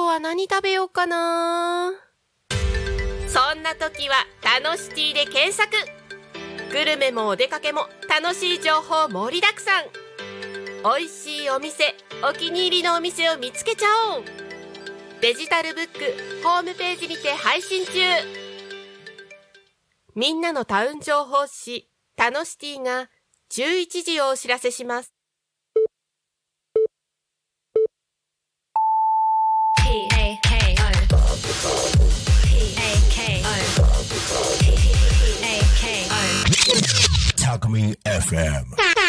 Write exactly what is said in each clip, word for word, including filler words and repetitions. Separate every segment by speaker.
Speaker 1: は何食べようかな。そんな時はタノシティで検索。グルメもお出かけも楽しい情報盛りだくさん。美味しいお店、お気に入りのお店を見つけちゃおう。デジタルブックホームページにて配信中。みんなのタウン情報誌タノシティがじゅういちじをお知らせします。
Speaker 2: タコミン エフエム。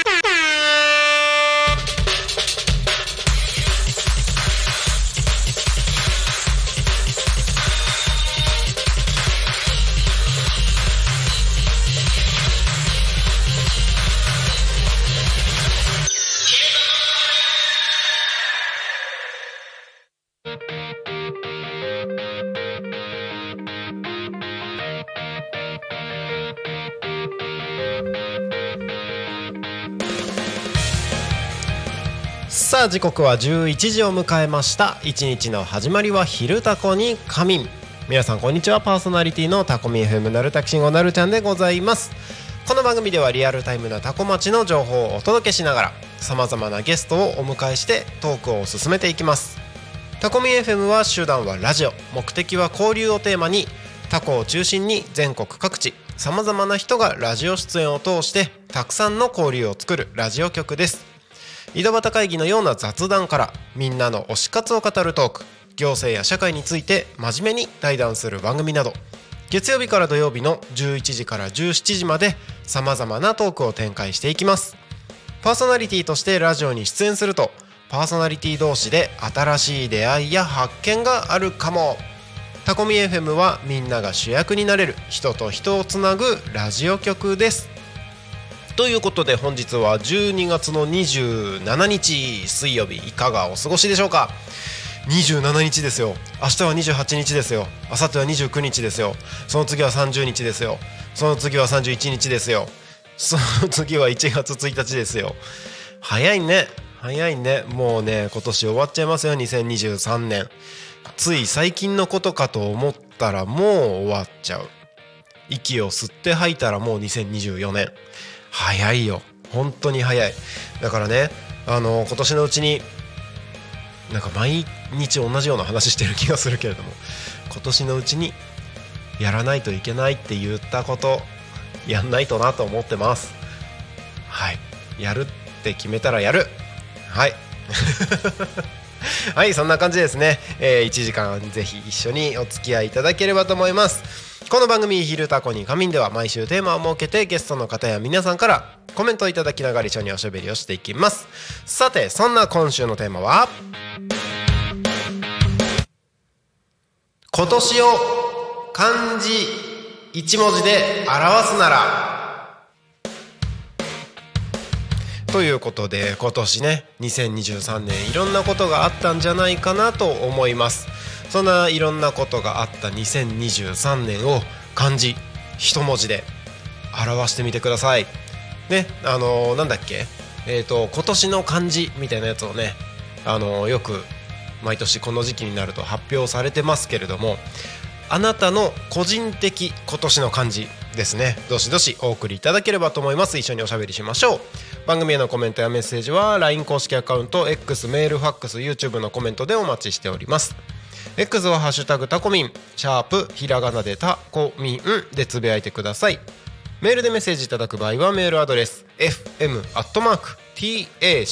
Speaker 3: さあ時刻はじゅういちじを迎えました。一日の始まりは昼タコに仮眠。皆さんこんにちは。パーソナリティのタコミ エフエム なるたきしんごなるちゃんでございます。この番組ではリアルタイムなタコ町の情報をお届けしながらさまざまなゲストをお迎えしてトークを進めていきます。タコミ エフエム は手段はラジオ、目的は交流をテーマにタコを中心に全国各地さまざまな人がラジオ出演を通してたくさんの交流を作るラジオ局です。井戸端会議のような雑談からみんなの推し活を語るトーク、行政や社会について真面目に対談する番組など、月曜日から土曜日のじゅういちじからじゅうしちじまでさまざまなトークを展開していきます。パーソナリティとしてラジオに出演するとパーソナリティ同士で新しい出会いや発見があるかも。タコミ エフエム はみんなが主役になれる人と人をつなぐラジオ局です。ということで本日はじゅうにがつのにじゅうしちにち水曜日、いかがお過ごしでしょうか。にじゅうしちにちですよ。明日はにじゅうはちにちですよ。明後日はにじゅうくにちですよ。その次はさんじゅうにちですよ。その次はさんじゅういちにちですよ。その次はいちがつついたちですよ。早いね早いね。もうね今年終わっちゃいますよ。にせんにじゅうさんねん。つい最近のことかと思ったらもう終わっちゃう。息を吸って吐いたらもうにせんにじゅうよねん。早いよ、本当に早い。だからね、あの今年のうちになんか毎日同じような話してる気がするけれども、今年のうちにやらないといけないって言ったことやんないとなと思ってます。はい、やるって決めたらやる。はいはい、そんな感じですね。えー、いちじかんぜひ一緒にお付き合いいただければと思います。この番組昼タコに仮眠では毎週テーマを設けてゲストの方や皆さんからコメントをいただきながら一緒におしゃべりをしていきます。さてそんな今週のテーマは今年を漢字一文字で表すならということで、今年ねにせんにじゅうさんねんいろんなことがあったんじゃないかなと思います。そんないろんなことがあったにせんにじゅうさんねんを漢字一文字で表してみてくださいね。あのー、なんだっけえーと今年の漢字みたいなやつをね、あのー、よく毎年この時期になると発表されてますけれども、あなたの個人的今年の漢字ですね、どしどしお送りいただければと思います。一緒におしゃべりしましょう。番組へのコメントやメッセージは ライン 公式アカウント X、 メール、ファックス、 YouTube のコメントでお待ちしております。X はハッシュタグタコミン、シャープひらがなでタコミンでつぶやいてください。メールでメッセージいただく場合はメールアドレス エフエム アットマーク タ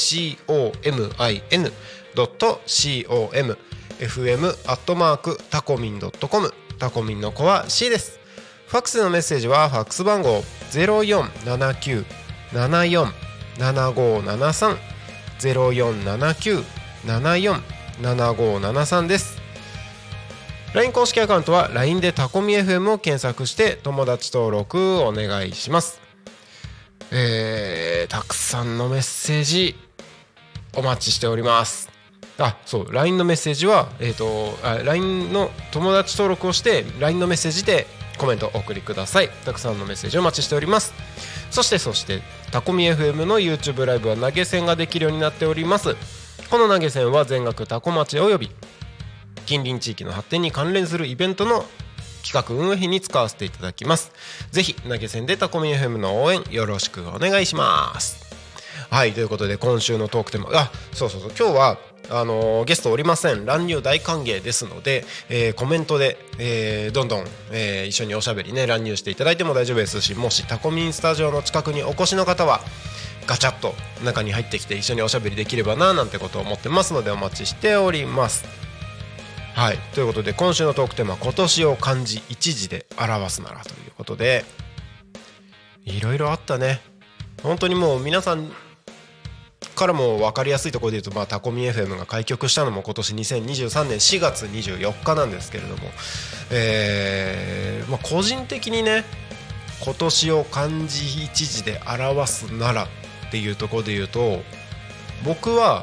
Speaker 3: コミン エフエム アットマーク タコミン ドットコム、 タコミンの子は C です。ファックスのメッセージはファックス番号 ゼロよんななきゅう ななよん ななごななさん ゼロよんななきゅう ななよん ななごななさんです。ライン 公式アカウントは ライン でタコミ エフエム を検索して友達登録お願いします。えー、たくさんのメッセージお待ちしております。あ、そう ライン のメッセージは、えーと、あ ライン の友達登録をして ライン のメッセージでコメントをお送りください。たくさんのメッセージお待ちしております。そしてそしてタコミ エフエム の YouTube ライブは投げ銭ができるようになっております。この投げ銭は全額タコ町および近隣地域の発展に関連するイベントの企画運営費に使わせていただきます。ぜひ投げ銭でタコミン エフエム の応援よろしくお願いします。はい、ということで今週のトークテーマ、あ、そうそうそう、今日はあのー、ゲストおりません。乱入大歓迎ですので、えー、コメントで、えー、どんどん、えー、一緒におしゃべりね乱入していただいても大丈夫ですし、もしタコミンスタジオの近くにお越しの方はガチャッと中に入ってきて一緒におしゃべりできればななんてことを思ってますのでお待ちしております。はい、ということで今週のトークテーマは今年を漢字一字で表すならということで、いろいろあったね。本当にもう皆さんからも分かりやすいところで言うと、まあ、タコミ エフエム が開局したのも今年にせんにじゅうさんねんしがつにじゅうよっかなんですけれども、えーまあ、個人的にね今年を漢字一字で表すならっていうところで言うと、僕は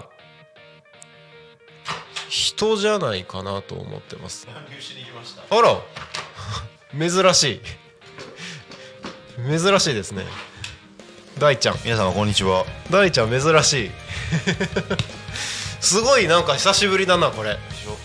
Speaker 3: 人じゃないかなと思ってます。あら珍しい珍しいですね。大ちゃん、
Speaker 2: 皆様こんにちは。
Speaker 3: 大ちゃん珍しいすごいなんか久しぶりだなこれ。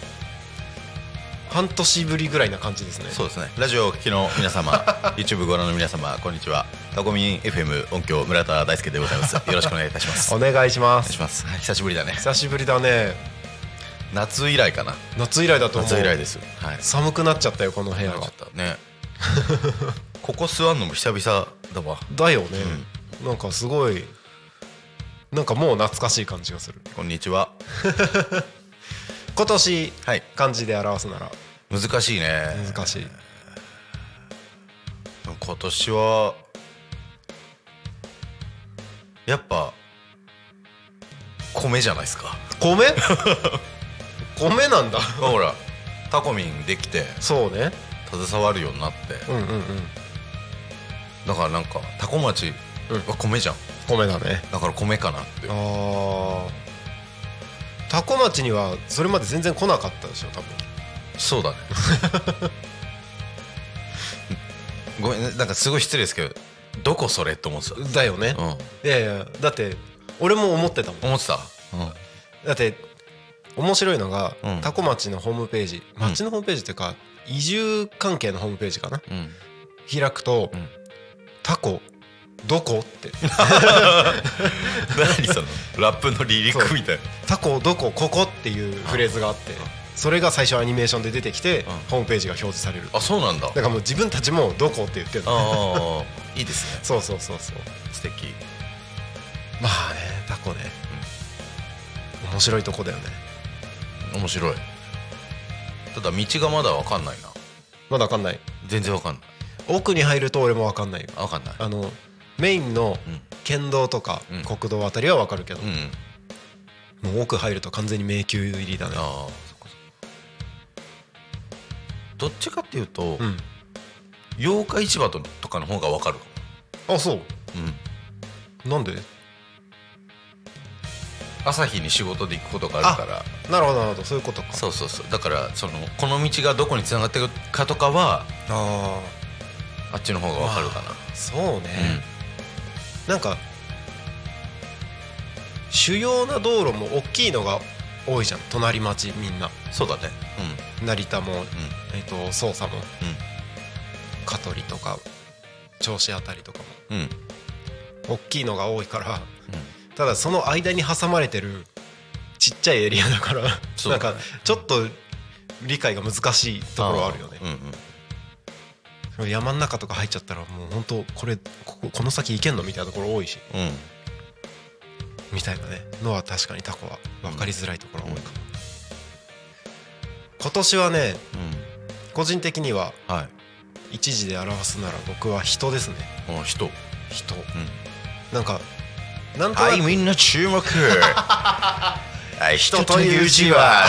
Speaker 3: 半年ぶりぐらいな感じですね。
Speaker 2: そうですね。ラジオをお聞きの皆様YouTube ご覧の皆様こんにちは。タコミン エフエム 音響村田大輔でございます。よろしくお願いいたします
Speaker 3: お願いします。
Speaker 2: お願いします、はい、久しぶりだね。
Speaker 3: 久しぶりだね。
Speaker 2: 夏以来かな。
Speaker 3: 夏以来だと思う。
Speaker 2: 夏以来です、はい、
Speaker 3: 寒くなっちゃったよこの部屋が
Speaker 2: ねここ座んのも久々だわ。
Speaker 3: だよね、うん、なんかすごいなんかもう懐かしい感じがする。
Speaker 2: こんにちは
Speaker 3: 今年、
Speaker 2: はい、
Speaker 3: 漢字で表すなら。
Speaker 2: 難しいね。
Speaker 3: 難しい。
Speaker 2: 今年はやっぱ米じゃないですか。
Speaker 3: 米米なんだ
Speaker 2: ほらタコミンできて
Speaker 3: そうね
Speaker 2: 携わるようになって、
Speaker 3: うんうんうん、
Speaker 2: だからなんかタコ町は米じゃん、
Speaker 3: うん、米だね。
Speaker 2: だから米かなって。
Speaker 3: あー、タコ町にはそれまで全然来なかったでしょ多分。
Speaker 2: そうだねごめんね、なんかすごい失礼ですけどどこそれって思ってた。
Speaker 3: だよね、うん、いやいやだって俺も思ってたもん。
Speaker 2: 思ってた、うん、
Speaker 3: だって面白いのが、うん、タコ町のホームページ、町のホームページっていうか移住関係のホームページかな、うん、開くと、うん、タコどこって
Speaker 2: 何そのラップの離陸みたいな。
Speaker 3: タコどこここっていうフレーズがあって、それが最初アニメーションで出てきて、うん、ホームページが表示される。
Speaker 2: あ、そうなんだ。だ
Speaker 3: からもう自分たちもどこって言ってる。
Speaker 2: ああいいですね。
Speaker 3: そうそうそうそう、
Speaker 2: 素敵。
Speaker 3: まあねタコね、うん、面白いとこだよね。
Speaker 2: 面白い。ただ道がまだ分かんないな。
Speaker 3: まだ分かんない。
Speaker 2: 全然分かんない。
Speaker 3: 奥に入ると俺も分かんないよ。
Speaker 2: 分かんない。
Speaker 3: あのメインの県道とか国道あたりは分かるけど、うんうん、もう奥入ると完全に迷宮入りだね。ああ、そっかそっか。
Speaker 2: どっちかっていうと、うん、八日市場とかの方が分かるか
Speaker 3: も。あ、そう、うん、なんで？
Speaker 2: 朝日に仕事で行くことがあるから。
Speaker 3: なるほどなるほど、そういうことか。
Speaker 2: そうそうそう。だからそのこの道がどこにつながってるかとかはああっちの方が分かるかな。
Speaker 3: そうね、うん、なんか主要な道路も大きいのが多いじゃん、隣町みんな。
Speaker 2: そうだね、
Speaker 3: うん、成田も、うん、えーと匝瑳も、うん、香取とか銚子あたりとかも、うん、大きいのが多いから、うん、ただその間に挟まれてるちっちゃいエリアだからなんかちょっと理解が難しいところはあるよね。うんうん、山の中とか入っちゃったらもう本当これ こ, この先行けんのみたいなところ多いし、うん、みたいなねのは確かにタコは分かりづらいところが多いかも。うん、今年はね、うん、個人的には一字で表すなら僕は人ですね。
Speaker 2: あ、人
Speaker 3: 人、うん、なんかなんとなく、
Speaker 2: はい、みんな注目はい、人という字は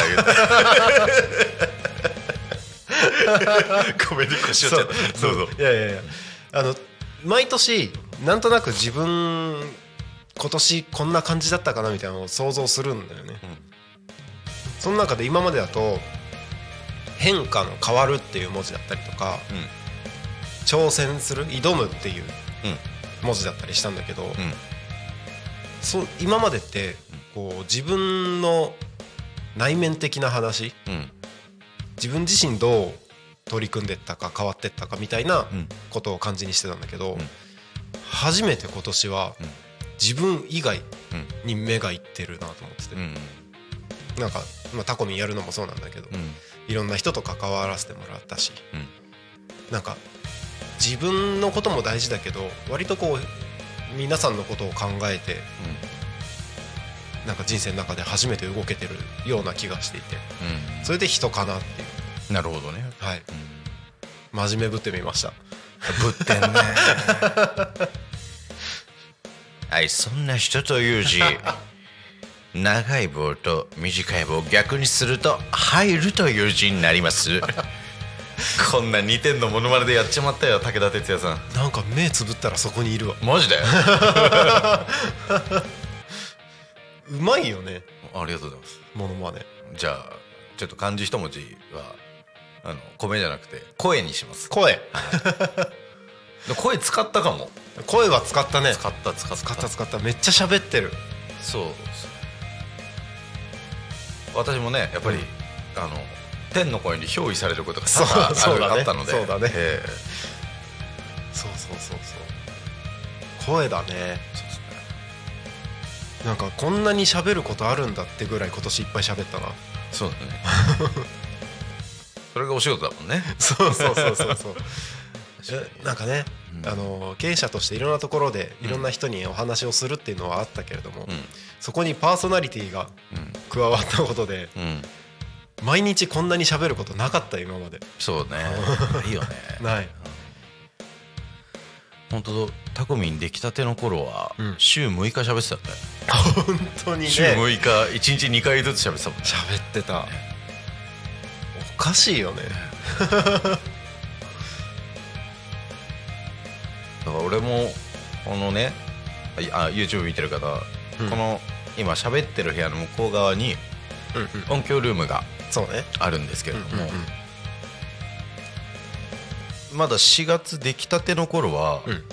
Speaker 2: ごめんね、腰折っちゃった。そうそう。
Speaker 3: いやいやいや、あの毎年なんとなく自分今年こんな感じだったかなみたいなのを想像するんだよね。うん、その中で今までだと変化の変わるっていう文字だったりとか、うん、挑戦する挑むっていう文字だったりしたんだけど、うん、そう今までってこう自分の内面的な話自分自身どう取り組んでったか変わってったかみたいなことを感じにしてたんだけど、うん、初めて今年は自分以外に目がいってるなと思ってて、うん、なんか、まあ、タコミンやるのもそうなんだけど、うん、いろんな人と関わらせてもらったし、うん、なんか自分のことも大事だけど割とこう皆さんのことを考えて、うん、なんか人生の中で初めて動けてるような気がしていて、うん、それで人かなっていう。
Speaker 2: なるほどね。
Speaker 3: はい、うん、真面目ぶってみました。
Speaker 2: ぶってんねはい、そんな人という字長い棒と短い棒を逆にすると入るという字になりますこんなにてんのモノマネでやっちまったよ武田鉄矢さん。
Speaker 3: なんか目つぶったらそこにいるわ。
Speaker 2: マジで
Speaker 3: うまいよね。
Speaker 2: ありがとうございます。
Speaker 3: モノマネ。
Speaker 2: じゃあちょっと漢字一文字はあの米じゃなくて声にします。
Speaker 3: 声
Speaker 2: 声使ったかも。
Speaker 3: 声は使ったね。
Speaker 2: 使った使った
Speaker 3: 使った使った。めっちゃ喋ってる。
Speaker 2: そう私もねやっぱり、うん、あの天の声に憑依されることが多々ある、ね、あったので。
Speaker 3: そうだね、
Speaker 2: えー、
Speaker 3: そうそうそうそう声だね。そうですね。なんかこんなに喋ることあるんだってぐらい今年いっぱい喋ったな。
Speaker 2: そうだねそれがお仕事だもんね。
Speaker 3: そうそうそうそうそうなんかね、うん、あの経営者としていろんなところでいろんな人にお話をするっていうのはあったけれども、うん、そこにパーソナリティが加わったことで、うん、毎日こんなに喋ることなかった今まで。
Speaker 2: そうねいいよね
Speaker 3: ない、うん、
Speaker 2: 本当タコミン出来たての頃は週むいか喋ってたんだよ、
Speaker 3: うん、本当にね。
Speaker 2: 週むいかいちにちにかいずつ喋ってたもんね。
Speaker 3: 喋ってた、ね、おかしいよね
Speaker 2: だから俺もこのねあ YouTube 見てる方、うん、この今喋ってる部屋の向こう側に音響ルームがあるんですけれども、まだしがつ出来たての頃は、うん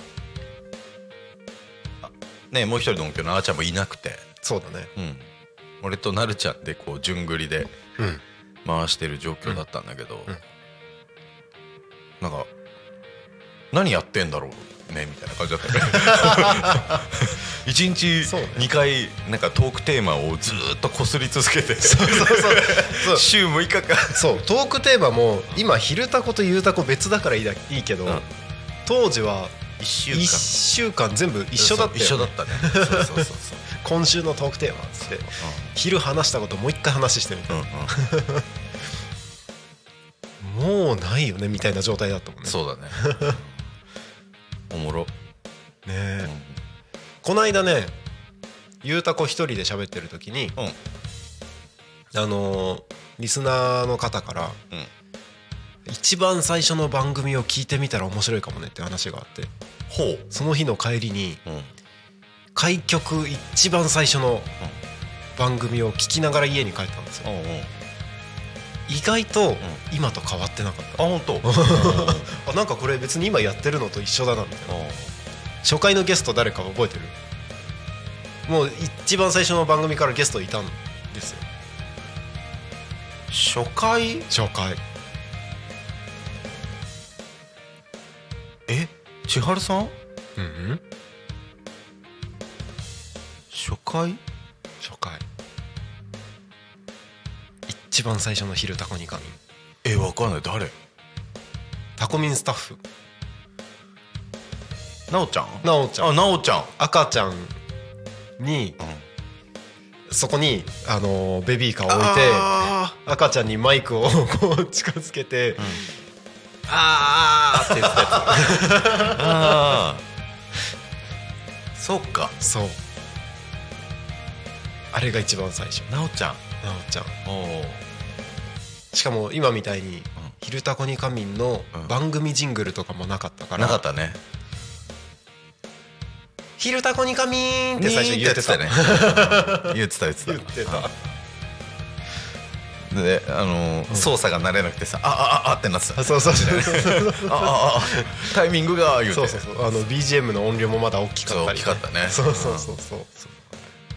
Speaker 2: ね、もう一人の音響のあーちゃんもいなくて。
Speaker 3: そうだね、
Speaker 2: うん、俺となるちゃんでこう順繰りで回してる状況だったんだけど、うんうん、なんか何やってんだろうねみたいな感じだったねいちにちにかいなんかトークテーマをずっとこすり続けてそうそうそう週むいかか
Speaker 3: そうトークテーマも今昼タコと夕タコ別だからいいだいいけど、うん、当時はいっしゅうかんいっしゅうかん全部一緒だったよね。
Speaker 2: 一緒だったねそうそうそうそう
Speaker 3: 今週のトークテーマっつって、うん、昼話したこともう一回話してみたいな、うんうん、もうないよねみたいな状態だったもんね。
Speaker 2: そうだねおもろね
Speaker 3: え、うん、この間ねゆうたこ一人で喋ってる時に、うん、あのー、リスナーの方から、うん、一番最初の番組を聞いてみたら面白いかもねって話があって、
Speaker 2: ほう
Speaker 3: その日の帰りに、うん、開局一番最初の番組を聞きながら家に帰ったんですよ、うんうん、意外と今と変わってなかった、
Speaker 2: うん、あ本当
Speaker 3: あなんかこれ別に今やってるのと一緒だなみたいな。初回のゲスト誰か覚えてる？もう一番最初の番組からゲストいたんです
Speaker 2: よ。初回？
Speaker 3: 初回
Speaker 2: え千春さん？
Speaker 3: うんうん
Speaker 2: 初回？
Speaker 3: 初回一番最初の昼タコにかみん。
Speaker 2: えわかんない誰？
Speaker 3: タコミンスタッフ
Speaker 2: なおちゃん？
Speaker 3: なおちゃん。
Speaker 2: あなおちゃん
Speaker 3: 赤ちゃんに、うん、そこにあのベビーカーを置いて赤ちゃんにマイクをこう近づけて、うん、あーって言ってたやつ
Speaker 2: あそっか
Speaker 3: そうあれが一番最初。
Speaker 2: なおちゃん
Speaker 3: なおちゃん
Speaker 2: お
Speaker 3: しかも今みたいに「昼タコにかみん」の番組ジングルとかもなかったから、
Speaker 2: なかったね。
Speaker 3: 昼タコにかみんって最初言ってたね
Speaker 2: 言ってた言ってた
Speaker 3: 言ってた
Speaker 2: であのーうん、操作が慣れなくてさああああってなってた。
Speaker 3: そうそうそう
Speaker 2: あああタイミングが言うて
Speaker 3: そうそうそうあの ビージーエム の音量もまだ大きかったり、
Speaker 2: ね、そう大きかったね。
Speaker 3: そうそうそうそうや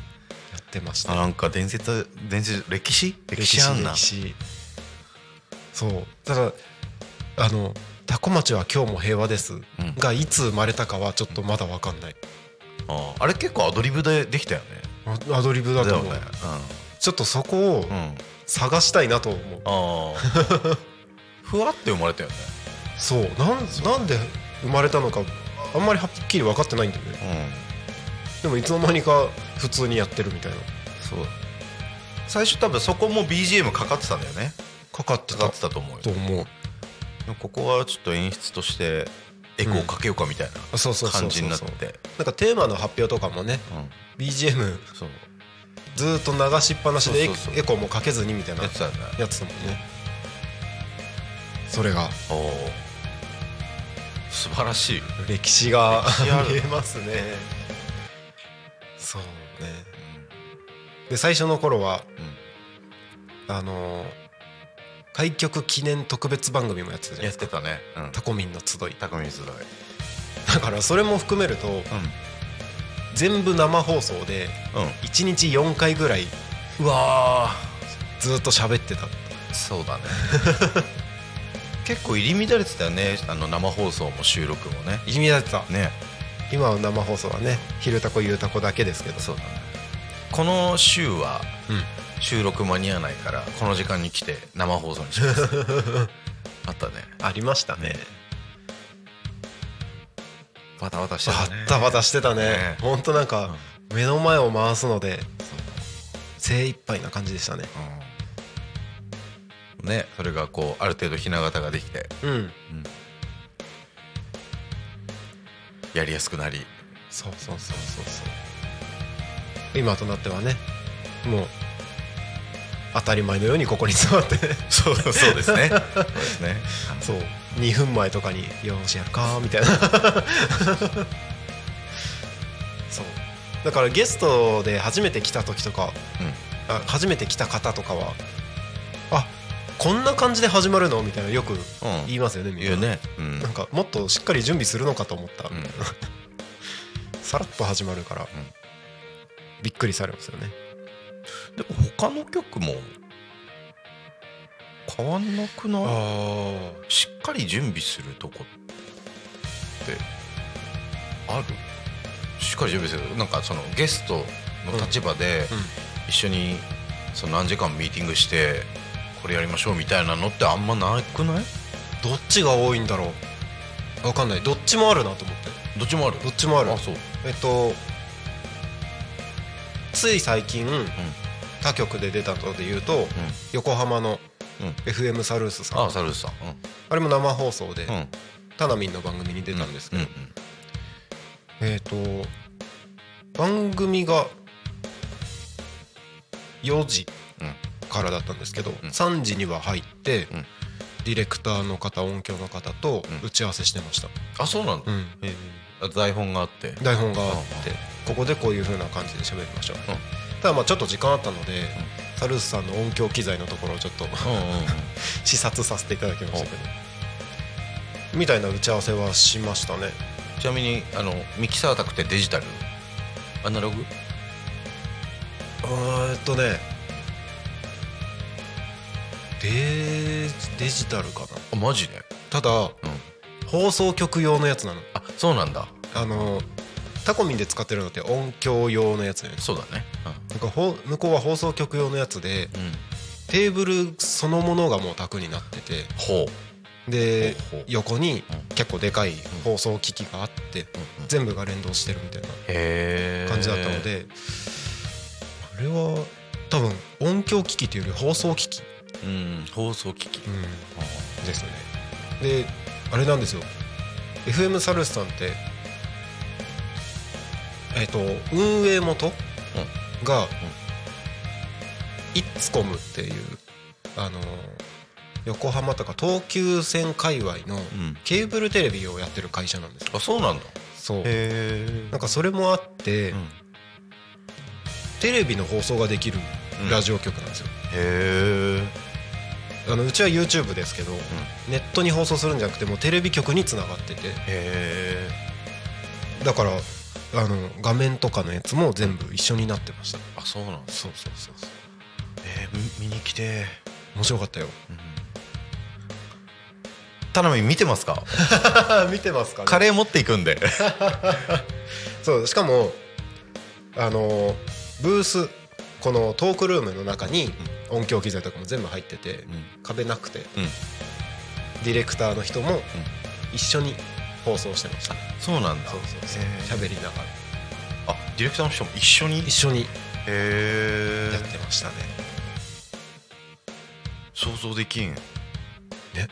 Speaker 3: ってました。
Speaker 2: なんか伝説伝説歴史歴史あんな
Speaker 3: 歴史そうただあのタコ町は今日も平和です、
Speaker 2: うん、
Speaker 3: がいつ生まれたかはちょっとまだ分かんない。
Speaker 2: ああれ結構アドリブでできたよね。
Speaker 3: アドリブだと思う、
Speaker 2: ね、うん、
Speaker 3: ちょっとそこを探したいなと思う、うん、あ
Speaker 2: ふわって生まれたよね。
Speaker 3: そうなんなんで生まれたのかあんまりはっきり分かってないんだよね、うん、でもいつの間にか普通にやってるみたいな。
Speaker 2: そう最初多分そこも ビージーエム かかってたんだよね。
Speaker 3: かかってた
Speaker 2: かかってたと思うよ。
Speaker 3: と思う。
Speaker 2: ここはちょっと演出としてエコーかけようかみたいな感じになって、
Speaker 3: なんかテーマの発表とかもね、うん、ビージーエム そうずっと流しっぱなしでエコーもかけずにみたいなやつだもんね。それが
Speaker 2: お素晴らしい
Speaker 3: 歴史が見えますね。そうね、うん、で最初の頃は、うん、あのー開局記念特別番組もやってたじゃないですか。
Speaker 2: やってたね、うん、
Speaker 3: タコミンの集い。
Speaker 2: タコミン集い
Speaker 3: だからそれも含めると、うん、全部生放送でいちにちよんかいぐらい、
Speaker 2: うん、うわ
Speaker 3: ずっと喋ってた。
Speaker 2: そうだね結構入り乱れてたよね、あの生放送も収録もね。
Speaker 3: 入り乱れてた
Speaker 2: ね。
Speaker 3: 今は生放送はね昼タコゆうタコだけですけど。
Speaker 2: そうだね。この週は、うん収録間に合わないからこの時間に来て生放送にしますあったね。
Speaker 3: ありましたね。
Speaker 2: バタバタしてたね。
Speaker 3: バタバタしてたね。ほんとなんか目の前を回すので精一杯な感じでしたね、
Speaker 2: うん、ね。それがこうある程度ひな形ができて、うんうん、やりやすくなり。
Speaker 3: そうそうそうそうそう。今となってはねもう当たり前のようにここに座って
Speaker 2: そうそうですね。そうですね。
Speaker 3: そうにふんまえとかによーしやるかみたいなそうだからゲストで初めて来た時とか、うん、あ初めて来た方とかはあこんな感じで始まるのみたいなよく言いますよね、うん、みんな。
Speaker 2: 言うね、うん、
Speaker 3: なんかもっとしっかり準備するのかと思ったみたいな、うん、さらっと始まるから、うん、びっくりされますよね。
Speaker 2: でも他の曲も変わんなくない？あしっかり準備するとこってある？しっかり準備するなんかそのゲストの立場で一緒にその何時間ミーティングしてこれやりましょうみたいなのってあんまなくない？
Speaker 3: どっちが多いんだろう。分かんない。どっちもあるなと思って。
Speaker 2: どっちもある？
Speaker 3: どっちもある。
Speaker 2: あそう
Speaker 3: えっとつい最近、うん他局で出たので言うと、うん、横浜の エフエム サルースさん、
Speaker 2: あ, サルースさん、うん、
Speaker 3: あれも生放送で、うん、タナミンの番組に出たんですけど、うんうんうん、えっと番組がよじからだったんですけど、うん、さんじには入って、うん、ディレクターの方音響の方と打ち合わせしてました、
Speaker 2: うん、あそうなんだ、うん、えー、台本があって
Speaker 3: 台本があってここでこういう風な感じで喋りましょう、うんただまあちょっと時間あったので、うん、サルースさんの音響機材のところをちょっと視察させていただきましたけどみたいな打ち合わせはしましたね。
Speaker 2: ちなみにあのミキサー宅ってデジタルアナログ？
Speaker 3: えっとねデ, デジタルかな
Speaker 2: あマジで？
Speaker 3: ただ、うん、放送局用のやつなの。
Speaker 2: あそうなんだ。
Speaker 3: あのタコミンで使ってるのって音響用のやつね。
Speaker 2: そうだね、
Speaker 3: うん、なんかほ向こうは放送局用のやつで、うん、テーブルそのものがもう卓になってて
Speaker 2: ほ
Speaker 3: うでほうほう横に結構でかい放送機器があって、うん、全部が連動してるみたいな感じだったのであれは多分音響機器っていうより放送機器、
Speaker 2: うん、放送機器、うん、
Speaker 3: ですよね。であれなんですよ エフエム サルースさんってえー、と運営元が、うん、イッツコムっていう、あのー、横浜とか東急線界隈のケーブルテレビをやってる会社なんですよ、
Speaker 2: うん、あそうなんだ。
Speaker 3: そうへなんかそれもあって、うん、テレビの放送ができるラジオ局なんですよ、
Speaker 2: うん、へ
Speaker 3: あのうちは YouTube ですけど、うん、ネットに放送するんじゃなくてもうテレビ局につながってて
Speaker 2: へ
Speaker 3: だからあの画面とかのやつも全部一緒になってました。
Speaker 2: あそうなん
Speaker 3: そうそうそうそう
Speaker 2: えー、見に来て
Speaker 3: 面白かったよ、
Speaker 2: タナミン見てますか？
Speaker 3: 見てますかね。
Speaker 2: カレー持っていくんで
Speaker 3: そうしかもあのブースこのトークルームの中に音響機材とかも全部入ってて、うん、壁なくて、うん、ディレクターの人も一緒に放送してました。
Speaker 2: そうなんだ。
Speaker 3: そうそうそう喋りながら、
Speaker 2: あディレクターの人も一緒に
Speaker 3: 一緒に
Speaker 2: へ
Speaker 3: やってましたね。
Speaker 2: 想像できんね。ね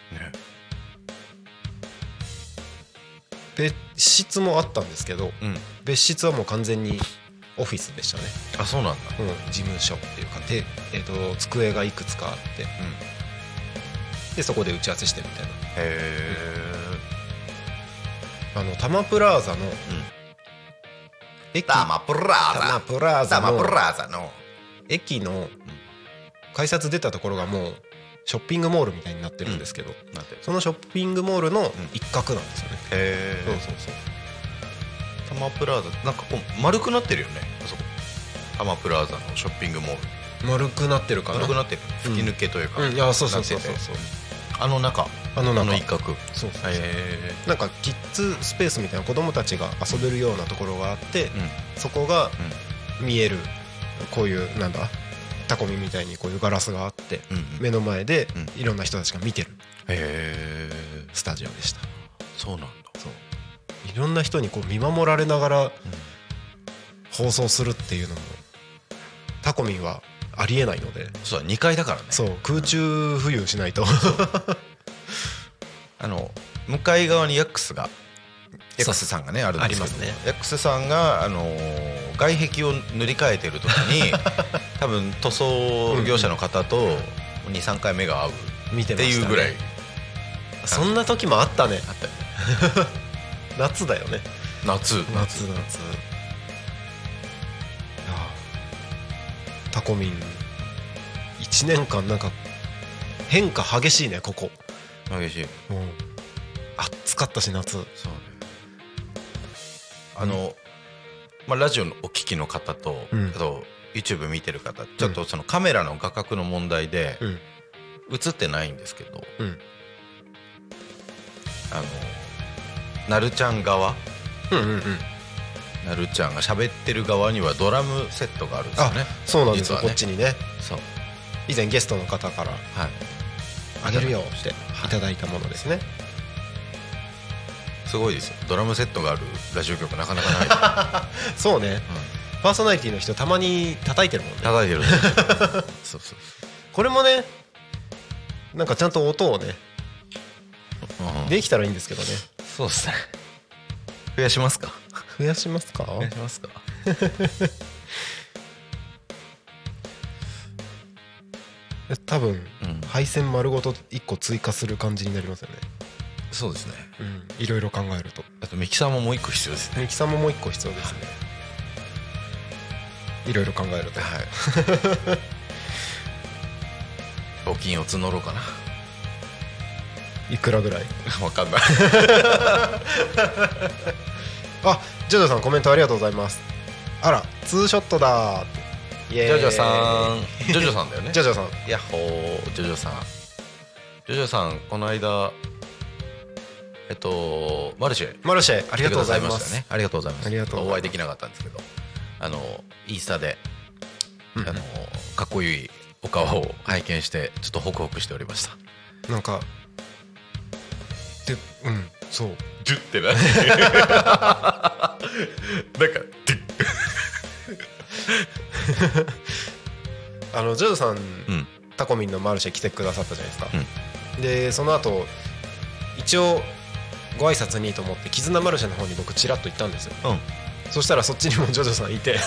Speaker 3: 別室もあったんですけど、うん、別室はもう完全にオフィスでしたね。
Speaker 2: あ、そうなんだ、
Speaker 3: うん、事務所っていうかで、えー、と机がいくつかあって、うん、でそこで打ち合わせしてみたいな。へ
Speaker 2: え、
Speaker 3: うん、あのタマプラーザの、うん、
Speaker 2: 駅タマプラーザ
Speaker 3: タマプラーザの
Speaker 2: タマプラーザの
Speaker 3: 駅の改札出たところがもうショッピングモールみたいになってるんですけど、うん、そのショッピングモールの一角なんですよね。
Speaker 2: へえ。
Speaker 3: そうそうそう。
Speaker 2: タマプラーザなんかこう丸くなってるよね。あそこタマプラーザのショッピングモール
Speaker 3: 丸くなってるかな。
Speaker 2: 丸くなってる、吹き抜けというか、
Speaker 3: うん、いやそうそうそうそうそう、
Speaker 2: あの中
Speaker 3: あの中
Speaker 2: あの一角、
Speaker 3: そうそうそう、なんかキッズスペースみたいな子供たちが遊べるようなところがあって、うん、そこが見える、こういうなんだタコミみたいにこういうガラスがあって、うんうん、目の前でいろんな人たちが見てるスタジオでした。
Speaker 2: そうなんだ。
Speaker 3: そういろんな人にこう見守られながら放送するっていうのもタコミンはありえないので。
Speaker 2: そうだにかいだからね。
Speaker 3: そう空中浮遊しないと
Speaker 2: あの向かい側にヤックスがヤックスさんがねあるんですけど、ありますね。ヤックスさんがあのー、外壁を塗り替えてる時に多分塗装業者の方と に,さん 回目が合うっていうぐらい、
Speaker 3: そんな時もあったね。
Speaker 2: あったよね
Speaker 3: 夏だよね。
Speaker 2: 夏
Speaker 3: 夏夏タコミンいちねんかんなんか変化激しいね。ここ
Speaker 2: 激しい、うん、
Speaker 3: 暑かったし夏。そうね。
Speaker 2: あの、まあ、ラジオのお聞きの方と、うん、あと YouTube 見てる方ちょっとそのカメラの画角の問題で映ってないんですけど、うん、あのなるちゃん側、うんうんうん、なるちゃんが喋ってる側にはドラムセットがあるんですよね。
Speaker 3: そうなんですよ、ね、こっちにね。
Speaker 2: そう
Speaker 3: 以前ゲストの方から、はい、あげるよっていただいたものですね。
Speaker 2: すごいですよ。ドラムセットがあるラジオ局なかなかない
Speaker 3: そうね、うん、パーソナリティの人たまに叩いてるもんね。
Speaker 2: 叩いてるそうそうそう。
Speaker 3: これもねなんかちゃんと音をね、うん、できたらいいんですけどね。
Speaker 2: そうですね。増やしますか
Speaker 3: 増やしますか
Speaker 2: 増やしますか
Speaker 3: 多分、うん、配線丸ごといっこ追加する感じになりますよね。
Speaker 2: そうですね、
Speaker 3: うん、いろいろ考えると。
Speaker 2: あとミキサーももういっこ必要ですね。
Speaker 3: ミキサーももういっこ必要ですね、はい、いろいろ考えると、
Speaker 2: はい募金を募ろうかな。
Speaker 3: いくらぐらい
Speaker 2: わかんない
Speaker 3: あ、ジョジョさんコメントありがとうございます。あらツーショットだーって。
Speaker 2: イエーイ。ジョジョさんジョジョさんだよね。
Speaker 3: ジョジョさん
Speaker 2: ヤッホー。ジョジョさんジョジョさんこの間えっとマルシェ
Speaker 3: マルシェありがとうございます。
Speaker 2: ね、ありがとうございます。
Speaker 3: ありがとうございます。
Speaker 2: お会いできなかったんですけど、あのインスタで、うん、あのかっこいいお顔を拝見してちょっとホクホクしておりました。
Speaker 3: なんかで、うんそう
Speaker 2: ジュってななんか
Speaker 3: あのジョジョさん、うん、タコミンのマルシェ来てくださったじゃないですか、うん、でその後一応ご挨拶にと思って絆マルシェの方に僕チラッと行ったんですよ、うん、そしたらそっちにもジョジョさんいて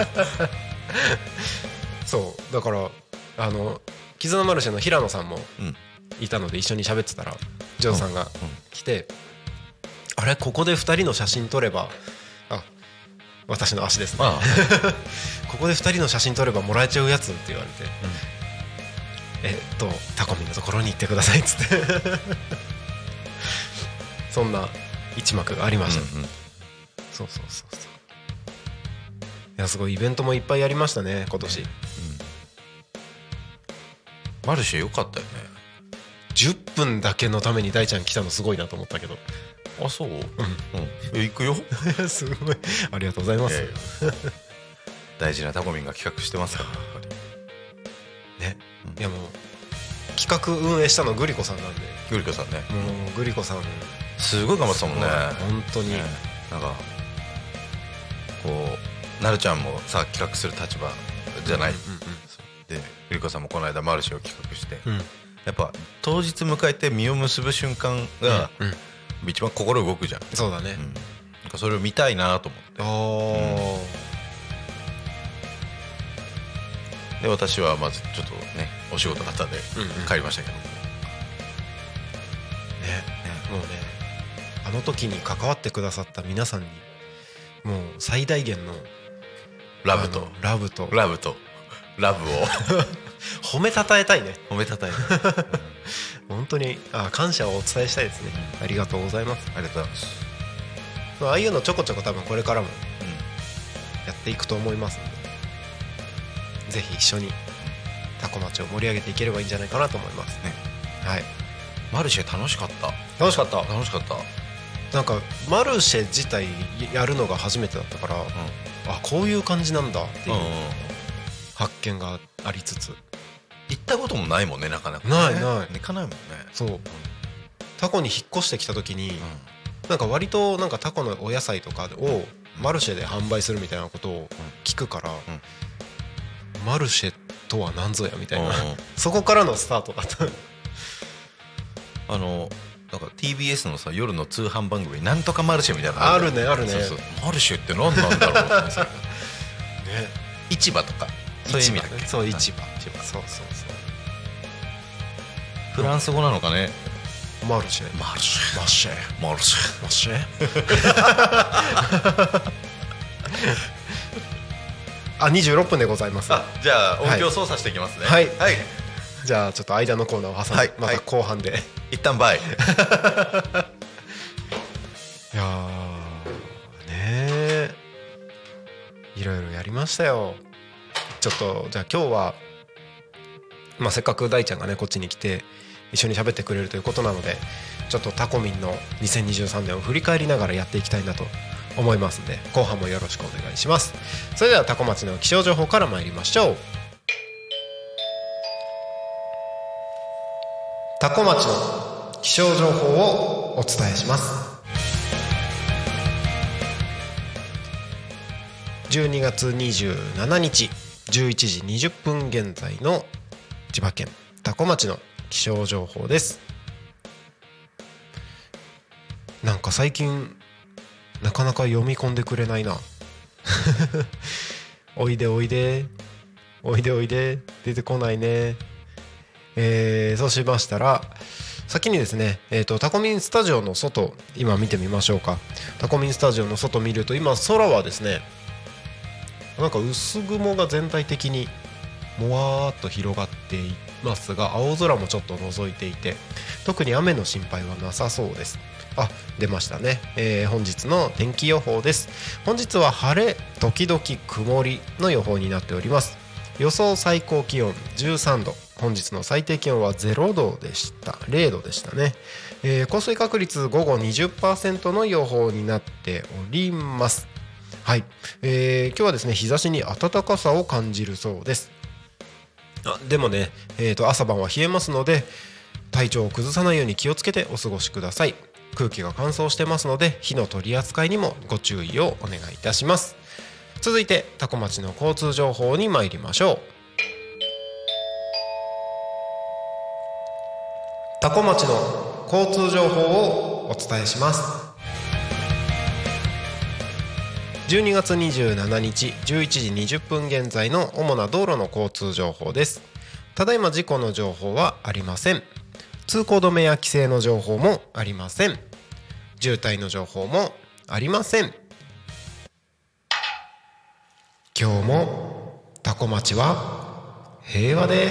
Speaker 3: そうだからあの絆マルシェの平野さんもいたので一緒に喋ってたらジョジョさんが来て、うんうん、あれここでふたりの写真撮れば、あ私の足ですねここでふたりの写真撮ればもらえちゃうやつって言われて、うん、えっとタコミンのところに行ってくださいっつってそんな一幕がありました、うんうん、そうそうそうそう。いやすごいイベントもいっぱいやりましたね今年、うん、
Speaker 2: マルシェ良かったよね。
Speaker 3: じゅっぷんだけのために大ちゃん来たのすごいなと思ったけど。
Speaker 2: あ、そう、うん、え行くよ
Speaker 3: すごい、ありがとうございます。いやいや
Speaker 2: 大事なタコミンが企画してますからやっぱりね、
Speaker 3: うん、いやもう企画運営したのグリコさんなんで。
Speaker 2: グリコさんね、
Speaker 3: もうグリコさん
Speaker 2: すごい頑張ってたもんね、
Speaker 3: 本当に、ね、
Speaker 2: なんかこうなるちゃんもさ企画する立場じゃない、うんうんうん、でグリコさんもこの間マルシェを企画して、うん、やっぱ当日迎えて実を結ぶ瞬間が、うんうん、一番心動くじゃん。
Speaker 3: そうだね、うん、
Speaker 2: なんかそれを見たいなと思って。あ、うん、で私はまずちょっとねお仕事方で帰りましたけど、うんうん、ね,
Speaker 3: ねもうねあの時に関わってくださった皆さんにもう最大限の
Speaker 2: ラブと
Speaker 3: ラブと
Speaker 2: ラブとラブを
Speaker 3: 褒めたたえたいね。
Speaker 2: 褒めたたえたい、うん、
Speaker 3: 本当にあ感謝をお伝えしたいですね、うん、ありがとうございます。
Speaker 2: ありがとうございます。
Speaker 3: ああいうのちょこちょこ多分これからもやっていくと思いますので、ぜひ一緒にタコ町を盛り上げていければいいんじゃないかなと思いますね。はい、
Speaker 2: マルシェ楽しかった。
Speaker 3: 楽しかった
Speaker 2: 楽しかった。
Speaker 3: なんかマルシェ自体やるのが初めてだったから、うん、あこういう感じなんだっていう発見がありつつ、
Speaker 2: 行ったこともないもんねなかなか、
Speaker 3: ね、ないない
Speaker 2: 行かないもんね。
Speaker 3: そう、うん、タコに引っ越してきた時に、うん、なんか割となんかタコのお野菜とかをマルシェで販売するみたいなことを聞くから、うんうん、マルシェとは何ぞやみたいな、うんうん、そこからのスタートだった
Speaker 2: あのなんか ティービーエス のさ夜の通販番組なんとかマルシェみたいなの
Speaker 3: あるねあるね。そう
Speaker 2: そうマルシェって何なんだろうってね市場とかそういう意味だっけ。
Speaker 3: そう市場、市場そうそうそう
Speaker 2: フランス語なのかね。
Speaker 3: マルシェ
Speaker 2: マルシェ
Speaker 3: マルシェ
Speaker 2: マルシェ
Speaker 3: マルシェあにじゅうろっぷんでございます。
Speaker 2: あじゃあ音響操作していきますね。
Speaker 3: はい、はい、じゃあちょっと間のコーナーを挟んで、はい、また後半で、はい、
Speaker 2: 一旦バイい
Speaker 3: やーねえいろいろやりましたよ。ちょっとじゃあ今日は、まあ、せっかく大ちゃんがねこっちに来て一緒に喋ってくれるということなので、ちょっとタコミンのにせんにじゅうさんねんを振り返りながらやっていきたいなと思いますので、後半もよろしくお願いします。それではタコ町の気象情報から参りましょう。タコ町の気象情報をお伝えします。じゅうにがつにじゅうしちにちじゅういちじにじゅっぷん現在の千葉県多古町の気象情報です。なんか最近なかなか読み込んでくれないなおいでおいでおいでおいで出てこないね。えー、そうしましたら先にですね、えーと、タコミンスタジオの外今見てみましょうか。タコミンスタジオの外見ると今空はですねなんか薄雲が全体的にもわーっと広がっていますが、青空もちょっと覗いていて特に雨の心配はなさそうです。あ、出ましたね、えー、本日の天気予報です。本日は晴れ時々曇りの予報になっております。予想最高気温じゅうさんど、本日の最低気温はゼロどでした。ゼロどでしたね、えー、降水確率午後 にじゅっパーセント の予報になっております。はい、えー、今日はですね日差しに暖かさを感じるそうです。あでもね、えーと、朝晩は冷えますので体調を崩さないように気をつけてお過ごしください。空気が乾燥してますので火の取り扱いにもご注意をお願いいたします。続いて多古町の交通情報に参りましょう。多古町の交通情報をお伝えします。じゅうにがつにじゅうしちにちじゅういちじにじゅっぷん現在の主な道路の交通情報です。ただいま事故の情報はありません。通行止めや規制の情報もありません。渋滞の情報もありません。今日も多古町は平和です。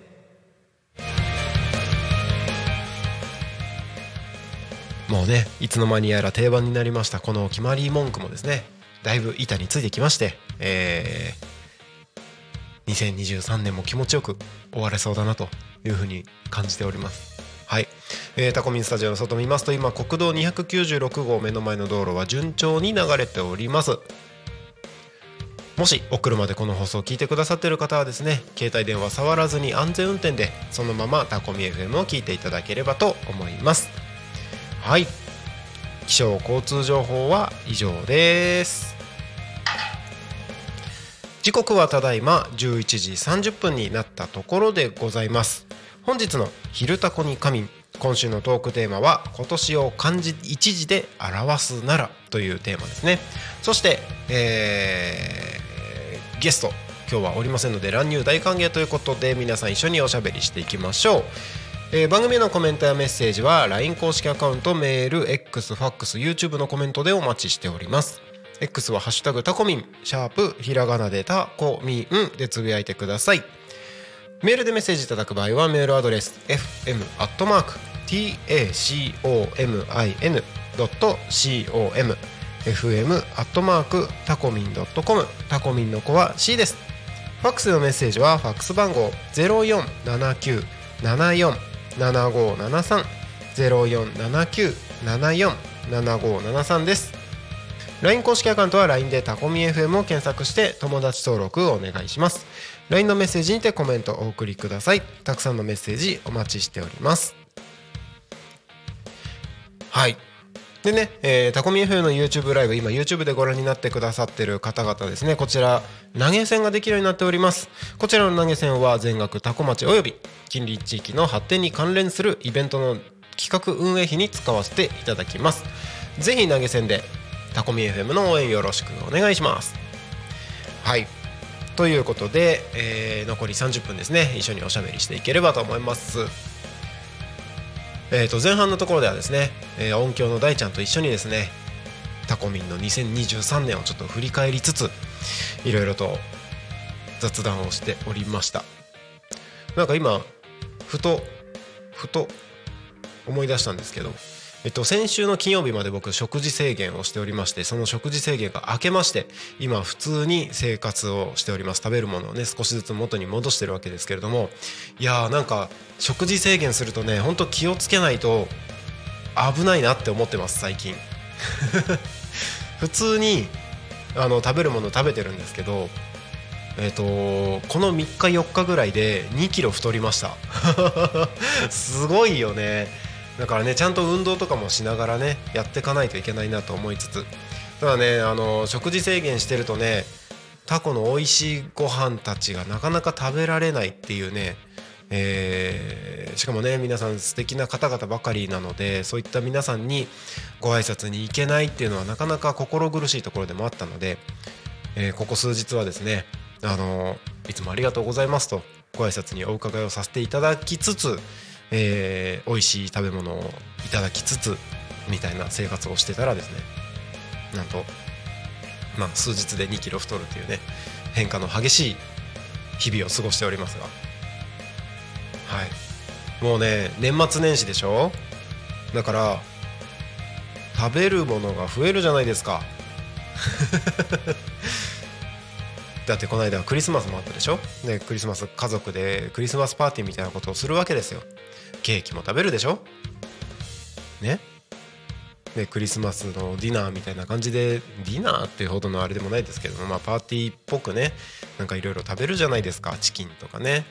Speaker 3: もうねいつの間にやら定番になりましたこの決まり文句もですねだいぶ板についてきまして、えにせんにじゅうさんねんも気持ちよく終われそうだなというふうに感じております。はい、えー、タコミンスタジオの外見ますと、今国道にひゃくきゅうじゅうろくごう目の前の道路は順調に流れております。もしお車でこの放送を聞いてくださっている方はですね、携帯電話触らずに安全運転でそのままタコミ エフエム を聞いていただければと思います。はい、気象交通情報は以上です。時刻はただいまじゅういちじさんじゅっぷんになったところでございます。本日の昼タコに仮眠、今週のトークテーマは今年を漢字一字で表すならというテーマですね。そして、えー、ゲスト今日はおりませんので乱入大歓迎ということで、皆さん一緒におしゃべりしていきましょう。えー、番組へのコメントやメッセージは ライン 公式アカウント、メール、X、ファックス、YouTube のコメントでお待ちしております。X はハッシュタグタコミン、シャープひらがなでタコミンでつぶやいてください。メールでメッセージいただく場合はメールアドレス エフエム アットマーク タコミン ドット コム エフエム アットマーク タコミン ドット コム、 タコミンの子は C です。ファックスのメッセージはファックス番号 ゼロよんななきゅうななよんななごななさん ゼロよんななきゅうななよんななごななさんです。ライン 公式アカウントは ライン でタコミ エフエム を検索して友達登録をお願いします。 ライン のメッセージにてコメントをお送りください。たくさんのメッセージお待ちしております。はいでね、えー、タコミ エフエム の YouTube ライブ、今 YouTube でご覧になってくださっている方々ですね、こちら投げ銭ができるようになっております。こちらの投げ銭は全額タコ町および近隣地域の発展に関連するイベントの企画運営費に使わせていただきます。ぜひ投げ銭でタコミ エフエム の応援よろしくお願いします。はいということで、えー、残りさんじゅっぷんですね、一緒におしゃべりしていければと思います。えー、と前半のところではですね、えー、音響の大ちゃんと一緒にですね、タコミンのにせんにじゅうさんねんをちょっと振り返りつつ、いろいろと雑談をしておりました。なんか今ふとふと思い出したんですけど、えっと、先週の金曜日まで僕食事制限をしておりまして、その食事制限が明けまして今普通に生活をしております。食べるものをね少しずつ元に戻してるわけですけれども、いやーなんか食事制限するとね、本当気をつけないと危ないなって思ってます最近普通にあの食べるもの食べてるんですけど、えっとこのみっかよっかぐらいでにキロ太りましたすごいよね。だからね、ちゃんと運動とかもしながらねやっていかないといけないなと思いつつ、ただね、あの食事制限してるとね、タコの美味しいご飯たちがなかなか食べられないっていうね、えー、しかもね皆さん素敵な方々ばかりなので、そういった皆さんにご挨拶に行けないっていうのはなかなか心苦しいところでもあったので、えー、ここ数日はですね、あのいつもありがとうございますとご挨拶にお伺いをさせていただきつつ、えー、美味しい食べ物をいただきつつみたいな生活をしてたらですね、なんとまあ数日でにキロ太るというね変化の激しい日々を過ごしておりますが、はい、もうね年末年始でしょ。だから食べるものが増えるじゃないですかだってこの間はクリスマスもあったでしょ。でクリスマス家族でクリスマスパーティーみたいなことをするわけですよ。ケーキも食べるでしょね。でクリスマスのディナーみたいな感じで、ディナーっていうほどのあれでもないですけども、まあパーティーっぽくね、なんかいろいろ食べるじゃないですか。チキンとかね。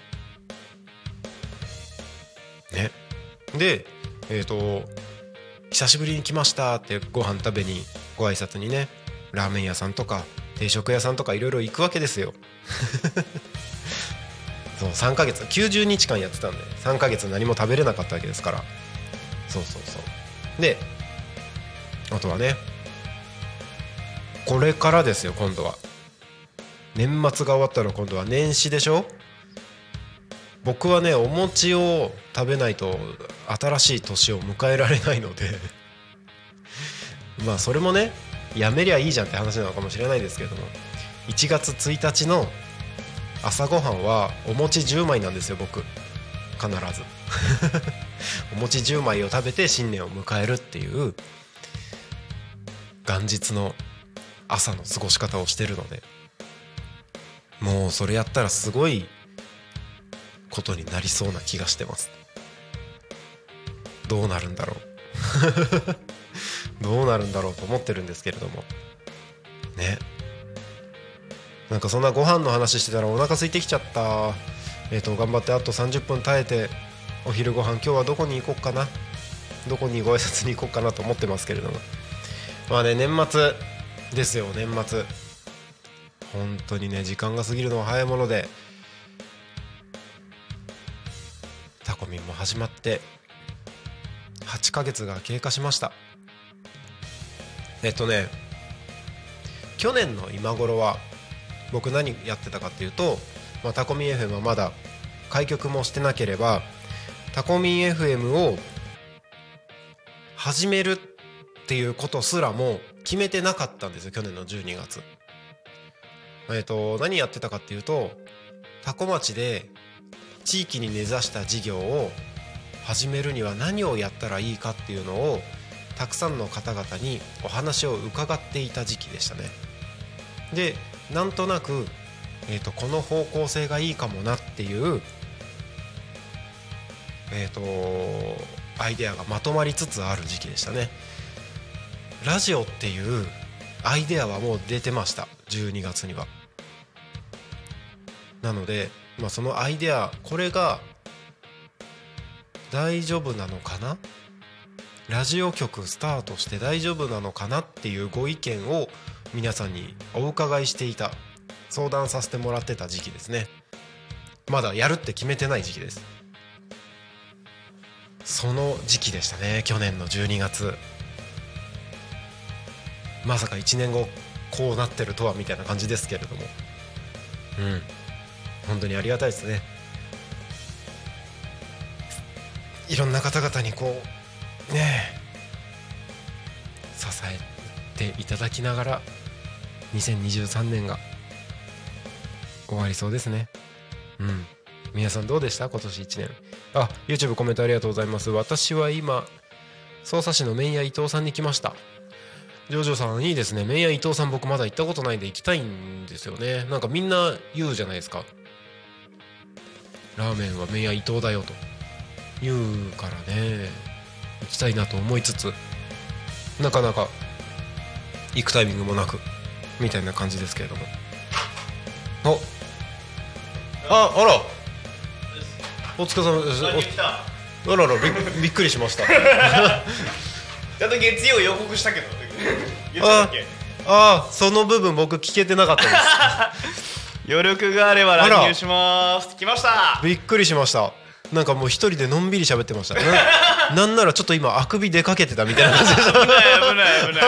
Speaker 3: ねでえっと久しぶりに来ましたってご飯食べにご挨拶にね、ラーメン屋さんとか定食屋さんとかいろいろ行くわけですよそうさんかげつきゅうじゅうにちかんやってたんでさんかげつ何も食べれなかったわけですから。そうそうそうであとはね、これからですよ。今度は年末が終わったら今度は年始でしょ。僕はねお餅を食べないと新しい年を迎えられないのでまあそれもねやめりゃいいじゃんって話なのかもしれないですけれども、いちがつついたちの朝ごはんはお餅じゅうまいなんですよ僕必ずお餅じゅうまいを食べて新年を迎えるっていう元日の朝の過ごし方をしてるので、 もうそれやったらすごいことになりそうな気がしてます。どうなるんだろうどうなるんだろうと思ってるんですけれどもね。なんかそんなご飯の話してたらお腹空いてきちゃった。えーと頑張ってあとさんじゅっぷん耐えてお昼ご飯今日はどこに行こうかな、どこにご挨拶に行こうかなと思ってますけれども、まあね、年末ですよ。年末本当にね、時間が過ぎるのは早いもので、タコミンも始まってはちかげつが経過しました。えっとね去年の今頃は僕何やってたかっていうと、まあ、タコミン エフエム はまだ開局もしてなければタコミン エフエム を始めるっていうことすらも決めてなかったんですよ、去年のじゅうにがつ。えっと何やってたかっていうと、タコ町で地域に根ざした事業を始めるには何をやったらいいかっていうのをたくさんの方々にお話を伺っていた時期でしたね。でなんとなく、えーとこの方向性がいいかもなっていう、えーとアイデアがまとまりつつある時期でしたね。ラジオっていうアイデアはもう出てました、じゅうにがつには。なので、まあ、そのアイデア、これが大丈夫なのかな、ラジオ局スタートして大丈夫なのかなっていうご意見を皆さんにお伺いしていた、相談させてもらってた時期ですね。まだやるって決めてない時期です。その時期でしたね、去年のじゅうにがつ。まさかいちねんごこうなってるとはみたいな感じですけれども、うん本当にありがたいですね。いろんな方々にこうね支えていただきながらにせんにじゅうさんねんが終わりそうですね。うん、皆さんどうでした今年いちねん。あ、 YouTube コメントありがとうございます。私は今匝瑳市の麺屋伊藤さんに来ました。ジョジョさんいいですね。麺屋伊藤さん僕まだ行ったことないんで行きたいんですよね。なんかみんな言うじゃないですか、ラーメンは麺屋伊藤だよと言うからね、行きたいなと思いつつなかなか行くタイミングもなくみたいな感じですけれども。おあ、あらお疲れ様です。あらら び, びっくりしました
Speaker 4: ちゃんと月曜予告したけど言ってたっけ。
Speaker 3: ああ、その部分僕聞けてなかったです
Speaker 4: 余力があれば乱入します。来ました。
Speaker 3: びっくりしました。なんかもう一人でのんびり喋ってましたね。な, なんならちょっと今あくび出かけてたみたいな感じでした。
Speaker 4: 危ない危ない危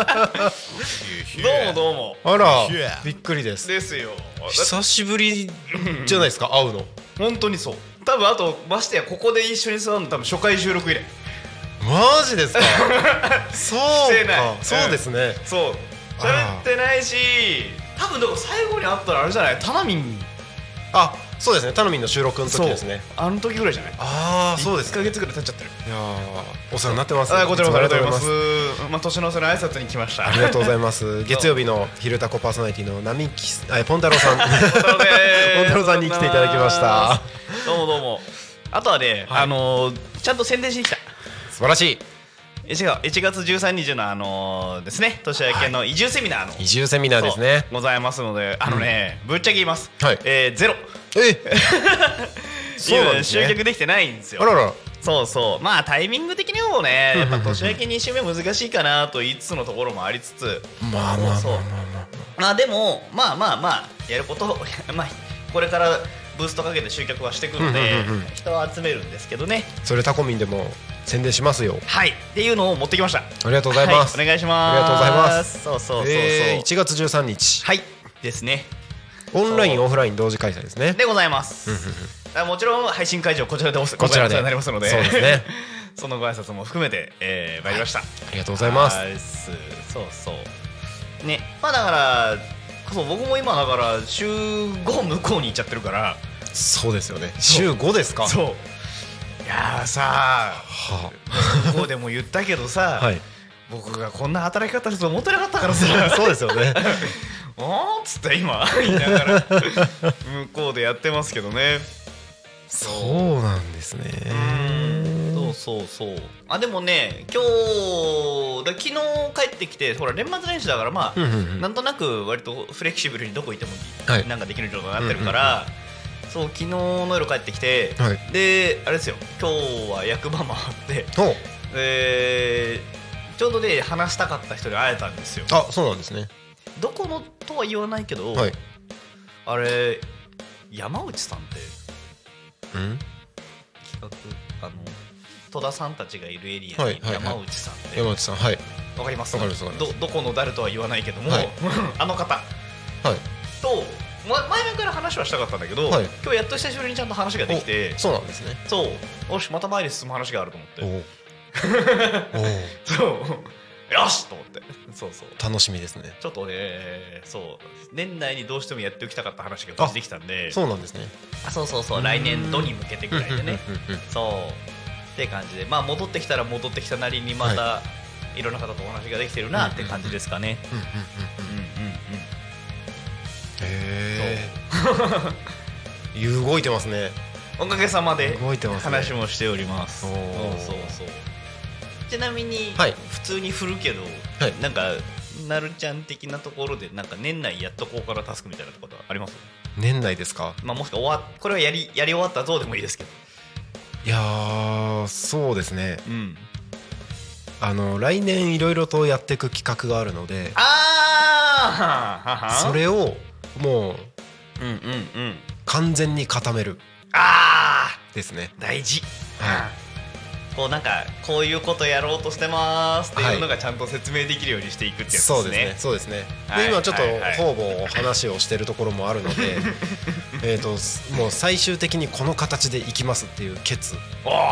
Speaker 4: ないどうもどうも。
Speaker 3: あらびっくりです。
Speaker 4: ですよ。
Speaker 3: 久しぶりじゃないですか会うの。
Speaker 4: 本当にそう。多分あとましてやここで一緒に座るの多分初回収録以来。
Speaker 3: マジですかそうか、そうですね、
Speaker 4: うん、そう喋ってないし、多分だから最後に会ったらあれじゃない、タナミン。
Speaker 3: あ、そうですね、タナミンの収録の時ですね。
Speaker 4: あの時ぐらいじゃない。
Speaker 3: ああ、そうです、ね、
Speaker 4: いっかげつぐらい経っちゃってる。
Speaker 3: いやお世話になってます。
Speaker 4: あ、こちらこそありがとうございます。まあ年の瀬の挨拶に来ました。
Speaker 3: ありがとうございます月曜日の昼タコパーソナリティの並木あポンタロウさんポンタロウさんに来ていただきました。
Speaker 4: どうもどうも。あとはね、はい、あのー、ちゃんと宣伝しに来た。
Speaker 3: 素晴らしい。
Speaker 4: いちがつじゅうさんにちのあのー、ですね、年明けの移住セミナーの、はい、
Speaker 3: 移住セミナーですね
Speaker 4: ございますので、あのね、うん、ぶっちゃけ言います、
Speaker 3: はい、
Speaker 4: えー、ゼロ
Speaker 3: えそうなんですね。
Speaker 4: 集客できてないんですよ。
Speaker 3: あらら。
Speaker 4: そうそう、まあタイミング的にもね、やっぱ年明けに週目難しいかなと言いつつのところもありつつ、
Speaker 3: まあまあまあまあまあ
Speaker 4: まあでもまあまあまあやることまあこれからブーストかけて集客はしていくので人を集めるんですけどね。
Speaker 3: それタコミンでも宣伝しますよ。
Speaker 4: はいっていうのを持ってきました。
Speaker 3: ありがとうございます、
Speaker 4: はい、お願いします。
Speaker 3: ありがとうございます。
Speaker 4: そうそうそうそう、
Speaker 3: えー、いちがつじゅうさんにち
Speaker 4: はいですね。
Speaker 3: オンラインオフライン同時開催ですね。
Speaker 4: でございます。もちろん配信会場こちらでお世話になりますので、
Speaker 3: そうですね
Speaker 4: そのご挨拶も含めて、えー、参りました、はい、
Speaker 3: ありがとうございます。
Speaker 4: そうそうね。まあだからそう僕も今だから週ご向こうに行っちゃってるから。
Speaker 3: そうですよね。週ごですか。
Speaker 4: そう。いやーさあ、はあ、向こうでも言ったけどさ、はい、僕がこんな働き方すると思ってなかったからさ
Speaker 3: そうですよね
Speaker 4: あーっつって今言いながら向こうでやってますけどね。
Speaker 3: そうなんですね。
Speaker 4: そうそうそう。あでもね今日だ昨日帰ってきてほら年末年始だからまあ、うんうんうん、なんとなく割とフレキシブルにどこ行っても、はい、なんかできる状態になってるから、うんうん、そう昨日の夜帰ってきて、はい、であれですよ今日は役場回ってでちょうどね話したかった人に会えたんですよ。
Speaker 3: あそうなんですね。
Speaker 4: どこのとは言わないけど、はい、あれ山内さんって
Speaker 3: ん
Speaker 4: 企画あの戸田さんたちがいるエリアに山内さんって、
Speaker 3: はいはいはい、山内さんはい
Speaker 4: わかります。
Speaker 3: わかりますわかります。
Speaker 4: どどこの誰とは言わないけども、はい、あの方、はい、と、ま、前々から話はしたかったんだけど、はい、今日やっと久しぶりにちゃんと話ができて。
Speaker 3: そうなんですね。
Speaker 4: そうよしまた前に進む話があると思って
Speaker 3: お
Speaker 4: そうよしと思ってそうそう
Speaker 3: 楽しみですね。
Speaker 4: ちょっとねそう年内にどうしてもやっておきたかった話が無事できたんで。
Speaker 3: そうなんですね。
Speaker 4: あそうそうそう来年度に向けてぐらいでねそうって感じでまあ戻ってきたら戻ってきたなりにまた、はい、いろんな方とお話ができてるなって感じですかね。
Speaker 3: へえ動いてますね。
Speaker 4: おかげさまで
Speaker 3: 動いてます、ね、
Speaker 4: 話もしております。そうそうそうちなみに、はい、普通に振るけど、はい、なんかなるちゃん的なところでなんか年内やっとこうからタスクみたいなことあります？
Speaker 3: 年内ですか？
Speaker 4: まあ、もしくは終わこれはやりやり終わったぞでもいいですけど。
Speaker 3: いやーそうですね、
Speaker 4: うん、
Speaker 3: あの来年いろいろとやっていく企画があるので
Speaker 4: あ
Speaker 3: それをもう、
Speaker 4: うんうんうん、
Speaker 3: 完全に固める
Speaker 4: あ
Speaker 3: ですね。
Speaker 4: 大事、
Speaker 3: はい、
Speaker 4: こうなんかこういうことやろうとしてますっていうのがちゃんと説明できるようにしていくってやつですね。
Speaker 3: そうですね。そうですね。で今ちょっと方々話をしてるところもあるのでえともう最終的にこの形でいきますっていう決ですね。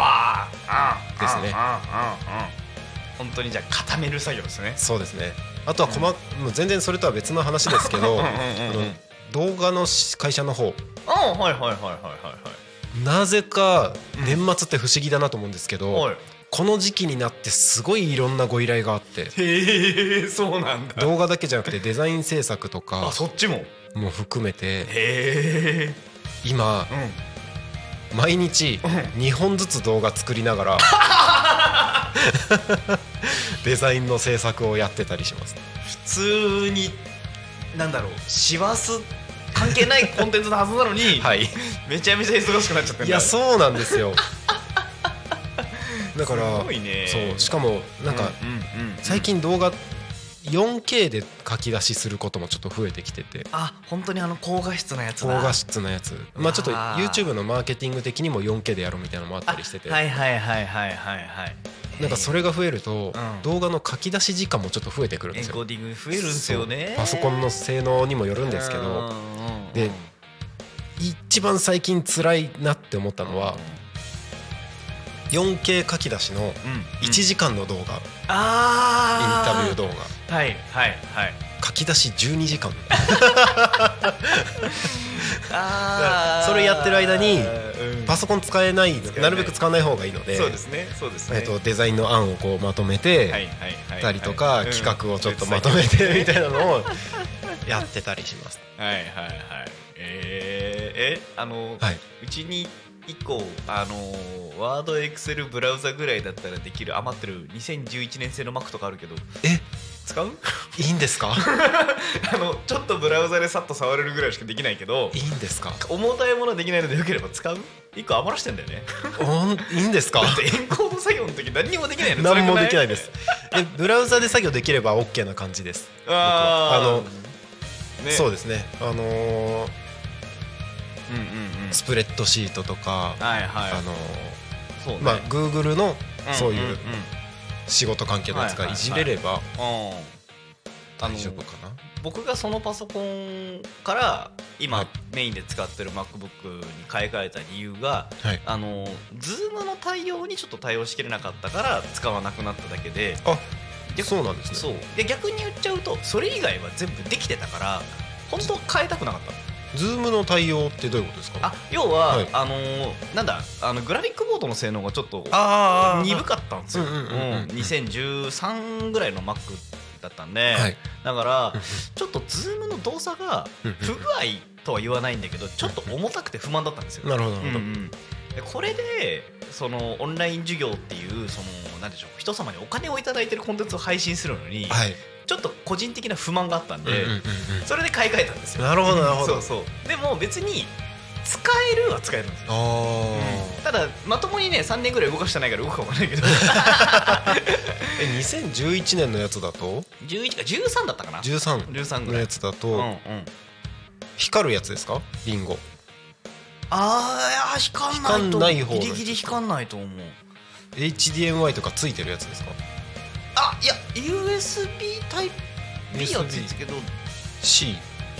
Speaker 4: 本当にじゃあ固める作業ですね。
Speaker 3: そうですね。あとは細、うん、もう全然それとは別の話ですけど動画の会社の方
Speaker 4: あはいはいはいはいはいはい
Speaker 3: なぜか年末って不思議だなと思うんですけど、うん、この時期になってすごいいろんなご依頼があって。
Speaker 4: へえそうなんだ。
Speaker 3: 動画だけじゃなくてデザイン制作とか
Speaker 4: あそっちも
Speaker 3: も含めて
Speaker 4: へえ
Speaker 3: 今、うん、毎日にほんずつ動画作りながらデザインの制作をやってたりします。
Speaker 4: 普通になんだろう師走関係ないコンテンツのはずなのに、はい、めちゃめちゃ忙しくなっちゃってるんだ。
Speaker 3: いやそうなんですよだから
Speaker 4: すごいね。
Speaker 3: そうしかもなんか、うんうんうん、最近動画 よんケー で書き出しすることもちょっと増えてきてて。
Speaker 4: あ本当にあの高画質なやつだ。
Speaker 3: 高画質なやつまあちょっと YouTube のマーケティング的にも よんケー でやろうみたいなのもあったりしてて
Speaker 4: はいはいはいはいはいはい
Speaker 3: なんかそれが増えると、うん、動画の書き出し時間もちょっと増えてくるんですよ。
Speaker 4: エンコーディング増えるんですよね。
Speaker 3: パソコンの性能にもよるんですけどで一番最近辛いなって思ったのは、うん、よんケー 書き出しのいちじかんの動画、うんうん、あインタビュー動画
Speaker 4: はいはいはい
Speaker 3: 書き出しじゅうにじかん
Speaker 4: あ
Speaker 3: それやってる間にパソコン使えないなるべく使わない方がいいので
Speaker 4: そうですねそうですね、
Speaker 3: えー、とデザインの案をこうまとめてたりとか企画をちょっとまとめてみたいなのをやってたりします。
Speaker 4: はいはいはいえー、えあの、はい、うちにいっこあのワードエクセルブラウザぐらいだったらできる余ってるにせんじゅういちねん製の Mac とかあるけど
Speaker 3: え
Speaker 4: 使う
Speaker 3: いいんですか
Speaker 4: あのちょっとブラウザでさっと触れるぐらいしかできないけど
Speaker 3: いいんですか
Speaker 4: 重たいものはできないのでよければ使ういっこ余らしてんだよね
Speaker 3: いいんですか
Speaker 4: だってエンコード作業の時何にもできないの
Speaker 3: 何もできないですえブラウザで作業できれば OK な感じです。
Speaker 4: あ
Speaker 3: あの、ね、そうですねあのーうんうんうん、スプレッドシートとか、
Speaker 4: はいはい
Speaker 3: あのー
Speaker 4: そうね、
Speaker 3: まあ Google のそういう仕事関係のやつがいじれれば大丈夫かな。
Speaker 4: 僕がそのパソコンから今メインで使ってる MacBook に買い替えた理由が、はい、あの Zoom の対応にちょっと対応しきれなかったから使わなくなっただけで。
Speaker 3: あそうなんですね。
Speaker 4: そうで逆に言っちゃうとそれ以外は全部できてたから本当変えたくなかった。
Speaker 3: ズームの対応ってどういうことですか。
Speaker 4: あ要は、はい、あのー、なんだあのグラフィックボードの性能がちょっと鈍かったんですよ。にせんじゅうさんぐらいの Mac だったんで、はい、だからちょっとズームの動作が不具合とは言わないんだけどちょっと重たくて不満だったんですよ。
Speaker 3: なるほどなるほど、
Speaker 4: うんうん、でこれでそのオンライン授業っていうその何でしょう人様にお金をいただいてるコンテンツを配信するのに、はい、ちょっと個人的な不満があったんで、うんうんうんうん、それで買い替えたんですよ。
Speaker 3: なるほどなるほど。
Speaker 4: そうそうでも別に使えるは使えるんですよ、うん、ただまともにねさんねんぐらい動かしてないから動くかもわかんないけど
Speaker 3: えにせんじゅういちねんのやつだと
Speaker 4: じゅういちかじゅうさんだったかな
Speaker 3: じゅうさんのやつだと、うんうん、光るやつですかリンゴ。
Speaker 4: ああ光んないと思う。ギリギリ光んないと思う。
Speaker 3: エイチディーエムアイ とかついてるやつですか。
Speaker 4: あいや ユーエスビー タイプ B はついてるけど
Speaker 3: C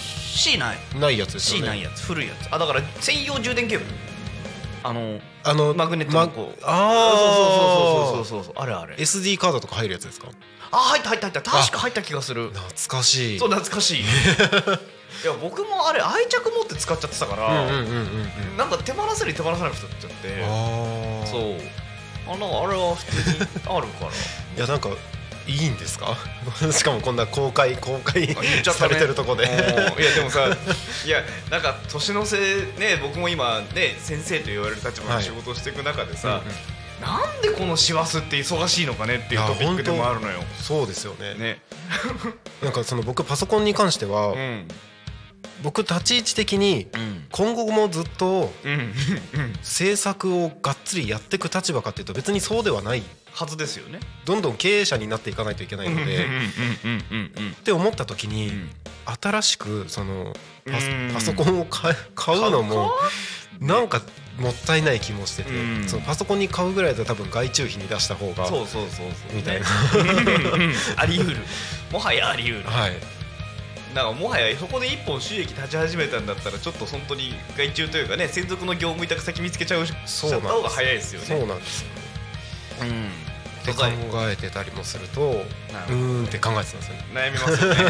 Speaker 4: C ない
Speaker 3: ないやつですよね。
Speaker 4: C ないやつ古いやつ。あだから専用充電ケーブルあの
Speaker 3: あの
Speaker 4: マグネットのこう、
Speaker 3: ま、あ
Speaker 4: あそうそうそうそうそうそうあれあれ
Speaker 3: エスディー カードとか入るやつですか。
Speaker 4: あ入った入った入った確か入った気がする。
Speaker 3: 懐かしい。
Speaker 4: そう懐かしいいや僕もあれ愛着持って使っちゃってたから、うんうんうんうん、なんか手放せる手放さなくなっちゃって。あそうあなんかあれは普通にあるから
Speaker 3: いやなんかいいんですかしかもこんな公開公開されてるとこでいや
Speaker 4: でもさいやなんか年の瀬ね僕も今ね先生と言われる立場の仕事をしていく中でさ、はいうんうんなんでこの師走って忙しいのかねっていうトピックでもあるのよ。
Speaker 3: そうですよね。
Speaker 4: ね
Speaker 3: なんかその僕パソコンに関しては、うん、僕立ち位置的に今後もずっと制作をがっつりやっていく立場かっていうと別にそうではない
Speaker 4: はずですよね。
Speaker 3: どんどん経営者になっていかないといけないのでって思った時に、うん、新しくその パ, パソコンを買うのもなんかもったいない気もしてて、うん、そのパソコンに買うぐらいだと多分外注費に出した方が
Speaker 4: そうそうそうそう
Speaker 3: みたいな
Speaker 4: あり得るもはやあり得る、
Speaker 3: はい、
Speaker 4: なんかもはやそこで一本収益立ち始めたんだったらちょっと本当に外注というかね専属の業務委託先見つけちゃうしちゃった方が早いですよね。
Speaker 3: そうなんですよ、うん、って考えてたりもするとうーんって考えてたんですよね。
Speaker 4: 悩みますよね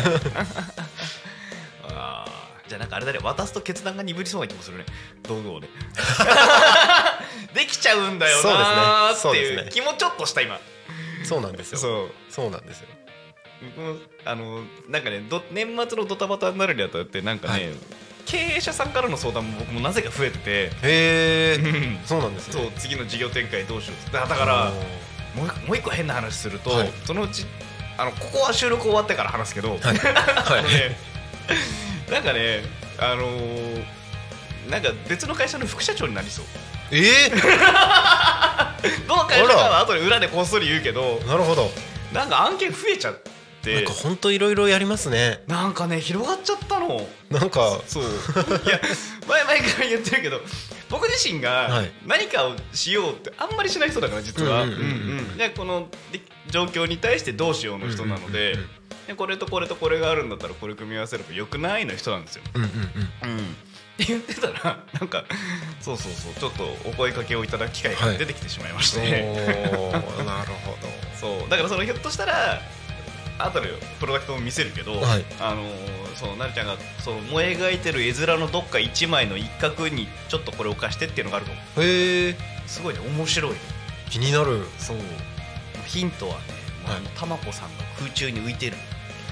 Speaker 4: あじゃあなんかあれだね渡すと決断が鈍りそうな気もするね道具をねできちゃうんだよなーっていう気もちょっとした今。
Speaker 3: そうなんですよ。
Speaker 4: そう
Speaker 3: そうなんですよ。
Speaker 4: あのなんかねど年末のドタバタになるにあたってなんかね、はい、経営者さんからの相談も僕もなぜか増えてて
Speaker 3: へえそうなんですね。
Speaker 4: そう次の事業展開どうしようだからもうもう一個変な話すると、はい、そのうちあのここは収録終わってから話すけど、はいはいね、なんかねあのー、なんか別の会社の副社長になりそう。
Speaker 3: えー、
Speaker 4: どの会社かは後で裏でこっそり言うけど
Speaker 3: なるほど
Speaker 4: なんか案件増えちゃって
Speaker 3: なんか本当いろいろやりますね。
Speaker 4: なんかね広がっちゃったの
Speaker 3: なんか
Speaker 4: そういや前々から言ってるけど僕自身が何かをしようってあんまりしない人だから実はでこの状況に対してどうしようの人なのででこれとこれとこれがあるんだったらこれ組み合わせればよくないの人なんですよ。うんうんうんって言ってたらなんかそうそうそうちょっとお声かけをいただく機会が出てきてしまいまして、はい、
Speaker 3: なるほど
Speaker 4: そうだからそのひょっとしたら後でプロダクトも見せるけど、はい、あのー、そのなるちゃんがその燃え描いてる絵面のどっか一枚の一角にちょっとこれを貸してっていうのがあるかも。
Speaker 3: へえ
Speaker 4: すごいね面白い。
Speaker 3: 気になる。
Speaker 4: そうヒントはね、はい、たまこさんが空中に浮いてる。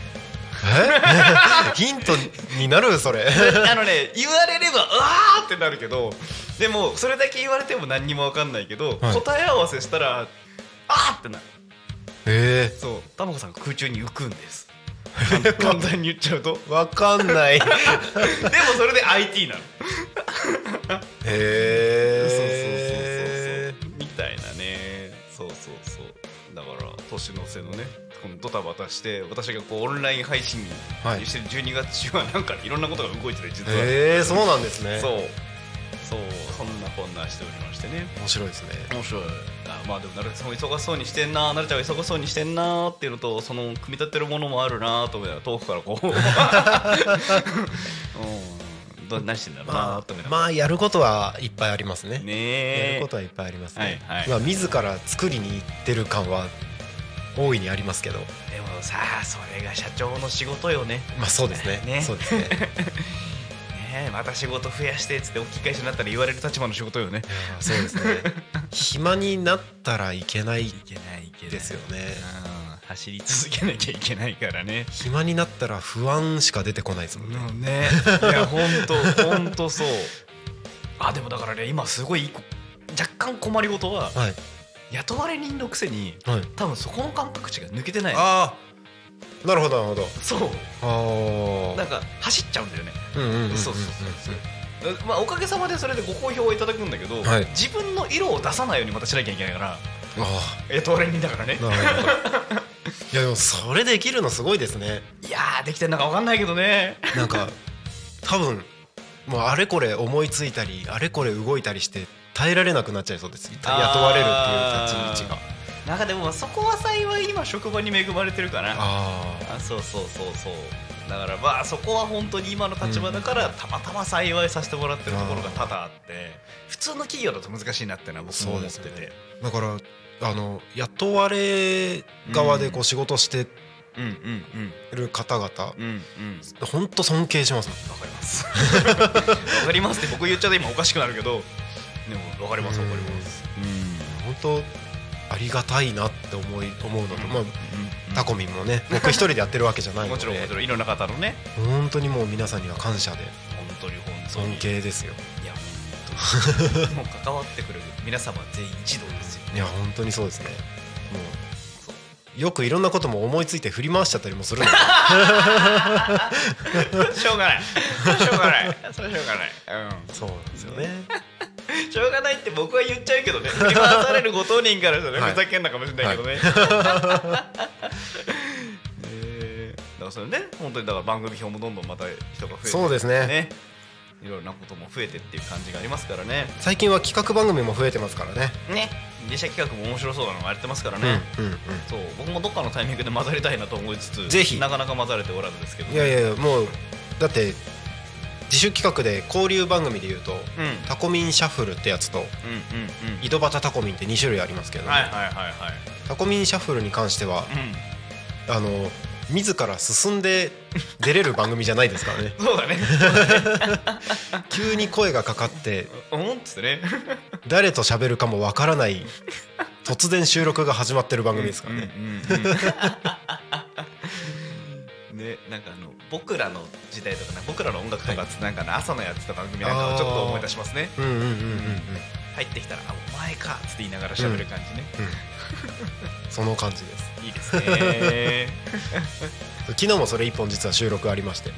Speaker 3: えヒントになるそれ
Speaker 4: あのね言われればうわーってなるけどでもそれだけ言われても何にも分かんないけど、はい、答え合わせしたらあーってなる。
Speaker 3: へえ
Speaker 4: そうたまこさんが空中に浮くんです簡単に言っちゃうと
Speaker 3: 分かんないでも
Speaker 4: それで アイティー なの
Speaker 3: へえ
Speaker 4: そうそうそうそうみたいなね。そうそうそうだから年の瀬のねこのドタバタして私がこうオンライン配信してるじゅうにがつ中はなんかいろんなことが動いてて実は
Speaker 3: へえそうなんですね。
Speaker 4: そうそうそんなこんなしておりましてね。
Speaker 3: 面白いですね。
Speaker 4: 面白い。あまあでもなるちゃんも忙しそうにしてんななるちゃんが忙しそうにしてんなっていうのとその組み立てるものもあるなと思いながら遠くからこう、うん、ど何してんだろうなと思いながら
Speaker 3: まあやることはいっぱいありますね。
Speaker 4: ね
Speaker 3: やることはいっぱいありますね、
Speaker 4: はいはい
Speaker 3: まあ、自ら作りに行ってる感は大いにありますけどで
Speaker 4: もさあそれが社長の仕事よね。
Speaker 3: まあそうですね。
Speaker 4: ね
Speaker 3: そうですね
Speaker 4: ねまた仕事増やしてっつって大きい会社になったら言われる立場の仕事よね。
Speaker 3: そうですね暇になったらいけないですよね。
Speaker 4: 走り続けなきゃいけないからね。
Speaker 3: 暇になったら不安しか出てこないですもんね。
Speaker 4: うんねいや本当本当そう。あでもだからね今すごい若干困りごとは、はい、雇われ人のくせに、はい、多分そこの感覚値が抜けてない。
Speaker 3: ああなるほどなるほど。
Speaker 4: そうあなんか走っちゃうんだよね。そうそうそうそう。まあおかげさまでそれでご好評をいただくんだけど、はい、自分の色を出さないようにまたしなきゃいけないから雇われ人だからね。なるほど
Speaker 3: いやでもそれできるのすごいですね。
Speaker 4: いやーできてんのか分かんないけどね。
Speaker 3: なんか多分もうあれこれ思いついたりあれこれ動いたりして耐えられなくなっちゃいそうです。雇われるっていう立ち位置が。
Speaker 4: なんかでもそこは幸い今職場に恵まれてるかな。ああそうそうそうそうだからまあそこは本当に今の立場だからたまたま幸いさせてもらってるところが多々あって普通の企業だと難しいなってのは僕も思ってて、ね、
Speaker 3: だからあの雇われ側でこう仕事してる方々本当尊敬しますもん。
Speaker 4: わかりますわかりますって僕言っちゃって今おかしくなるけどでもわかりますわかります。
Speaker 3: 本当ありがたいなって思い思うのと、まあタコミンもね僕一人でやってるわけじゃないので
Speaker 4: もちろんもちろんいろんな方のね
Speaker 3: 本当にもう皆さんには感謝で
Speaker 4: 本当に本当に
Speaker 3: 尊敬ですよ。
Speaker 4: いや本当にもう関わってくる皆様全員一同ですよ。
Speaker 3: いや本当にそうですね。もうよくいろんなことも思いついて振り回しちゃったりもするので
Speaker 4: しょうがないしょうがないそれしょうがない、
Speaker 3: うん、そうなんですよね
Speaker 4: しょうがないって僕は言っちゃうけどね振り回されるご当人からしたら、ねはい、ふざけんなかもしれないけどね、はいえー、だからそれね本当にだから番組表もどんどんまた人が増えて、ね、
Speaker 3: そうですね
Speaker 4: いろいろなことも増えてっていう感じがありますからね。
Speaker 3: 最近は企画番組も増えてますからね。
Speaker 4: ね自社企画も面白そうなのがやってますからね、うんうんうん、そう僕もどっかのタイミングで混ざりたいなと思いつつぜひなかなか混ざれておらずですけど、ね、
Speaker 3: いやいやもうだって自主企画で交流番組でいうと、うん、タコミンシャッフルってやつと、うんうんうん、井戸端タコミンってに種類ありますけど、ねはいはいはいはい、タコミンシャッフルに関しては、うん、あの自ら進んで出れる番組じゃないですからね
Speaker 4: そうだね
Speaker 3: 急に声がかかって
Speaker 4: うんっつってね
Speaker 3: 誰と喋るかもわからない突然収録が始まってる番組ですからね
Speaker 4: ね、なんかあの僕らの時代とかね僕らの音楽とかつなんか、ねはい、朝のやってた番組なんかをちょっと思い出しますね。入ってきたらあお前かって言いながら喋る感じね、うんうん、
Speaker 3: その感じです。
Speaker 4: いいですね
Speaker 3: 昨日もそれ一本実は収録ありまして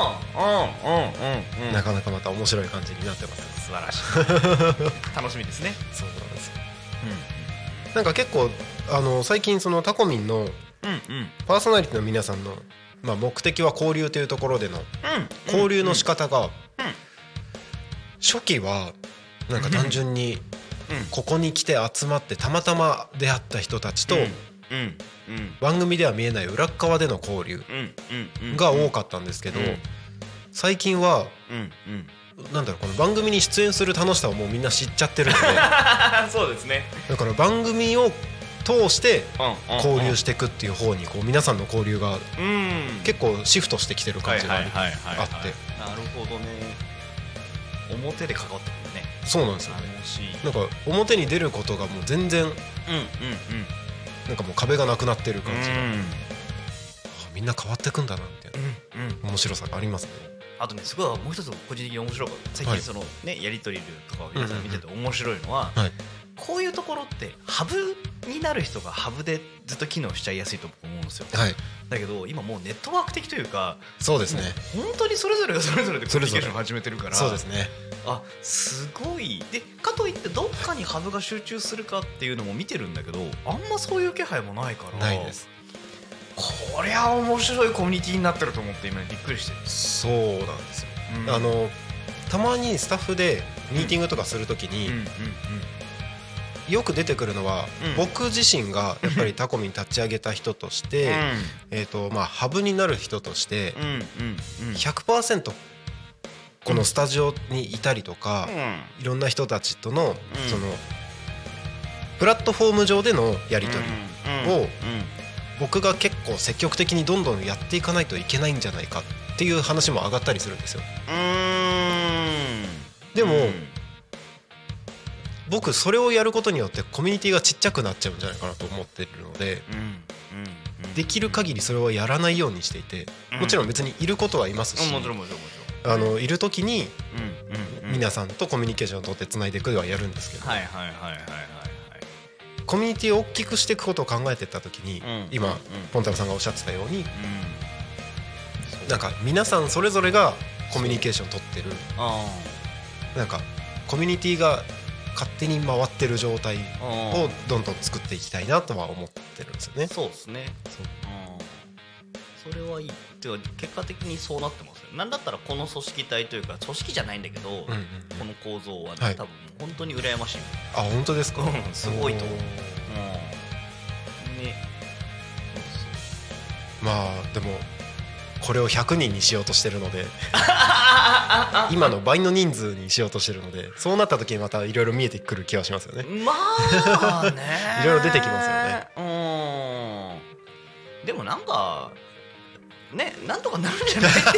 Speaker 3: なかなかまた面白い感じになってます。
Speaker 4: 素晴らしい楽しみですね。
Speaker 3: そうなんですよ、うん、なんか結構あの最近そのタコミンのパーソナリティの皆さんのまあ、目的は交流というところでの交流の仕方が初期はなんか単純にここに来て集まってたまたま出会った人たちと番組では見えない裏側での交流が多かったんですけど最近はなんだろうこの番組に出演する楽しさをもうみんな知っちゃってるので
Speaker 4: そうですね。
Speaker 3: だから番組を通して交流していくっていう方にこう皆さんの交流が結構シフトしてきてる感じがあって
Speaker 4: なるほどね。表で関わってくるね。
Speaker 3: そうなんですよね。なんか表に出ることがもう全然なんかもう壁がなくなってる感じがみんな変わってくんだなみたいな面白さがありますね。
Speaker 4: あとねすごいもう一つ個人的に面白かった最近そのねやり取りとかを皆さん見てて面白いのはこういうところってハブになる人がハブでずっと機能しちゃいやすいと思うんですよ、はい、だけど今もうネットワーク的というか
Speaker 3: そうですね
Speaker 4: 本当にそれぞれがそれぞれでコミュニケーションを始めてるから
Speaker 3: そうですね
Speaker 4: あすごいでかといってどっかにハブが集中するかっていうのも見てるんだけどあんまそういう気配もないから
Speaker 3: ないです。
Speaker 4: こりゃ面白いコミュニティになってると思って今びっくりしてる。
Speaker 3: そうなんですよ、うん、あのたまにスタッフでミーティングとかするときに、うんうんうんうんよく出てくるのは、うん、僕自身がやっぱりタコミン立ち上げた人として、うんえーとまあ、ハブになる人として、うんうんうん、ひゃくパーセント このスタジオにいたりとか、うん、いろんな人たちとの、うん、そのプラットフォーム上でのやり取りを、うんうん、僕が結構積極的にどんどんやっていかないといけないんじゃないかっていう話も上がったりするんですよ。うーんでも、うん僕それをやることによってコミュニティがちっちゃくなっちゃうんじゃないかなと思ってるので、うんうんうん、 できる限りそれをやらないようにしていて、もちろん別にいることはいますし、
Speaker 4: もちろんもちろんもち
Speaker 3: あのいる時に
Speaker 4: ろん、うんうん、
Speaker 3: 皆さんとコミュニケーションを取ってつないでいくではやるんですけど、
Speaker 4: はいはいはいはいはいはい、
Speaker 3: コミュニティを大きくしていくことを考えていった時に、
Speaker 4: うん、
Speaker 3: 今、
Speaker 4: うん、
Speaker 3: ポンタロさんがおっしゃってたように、
Speaker 4: うん、
Speaker 3: なんか皆さんそれぞれがコミュニケーションを取ってる、
Speaker 4: あ
Speaker 3: なんかコミュニティが勝手に回ってる状態をどんどん作っていきたいなとは思ってるんですよね。
Speaker 4: そうですね。そう、うん、それはいいっていうか結果的にそうなってますよ。なんだったらこの組織体というか組織じゃないんだけど、うんうんうん、この構造は、ね、はい、多分本当に羨ましい。
Speaker 3: あ、本当ですか。
Speaker 4: すごいと思う。うん、ね。
Speaker 3: まあでもこれをひゃくにんにしようとしてるので今の倍の人数にしようとしてるので、そうなった時にまたいろいろ見えてくる気はしますよね。
Speaker 4: まあね
Speaker 3: いろいろ出てきますよね。
Speaker 4: うん、でもなんかね、なんとかなるんじゃないって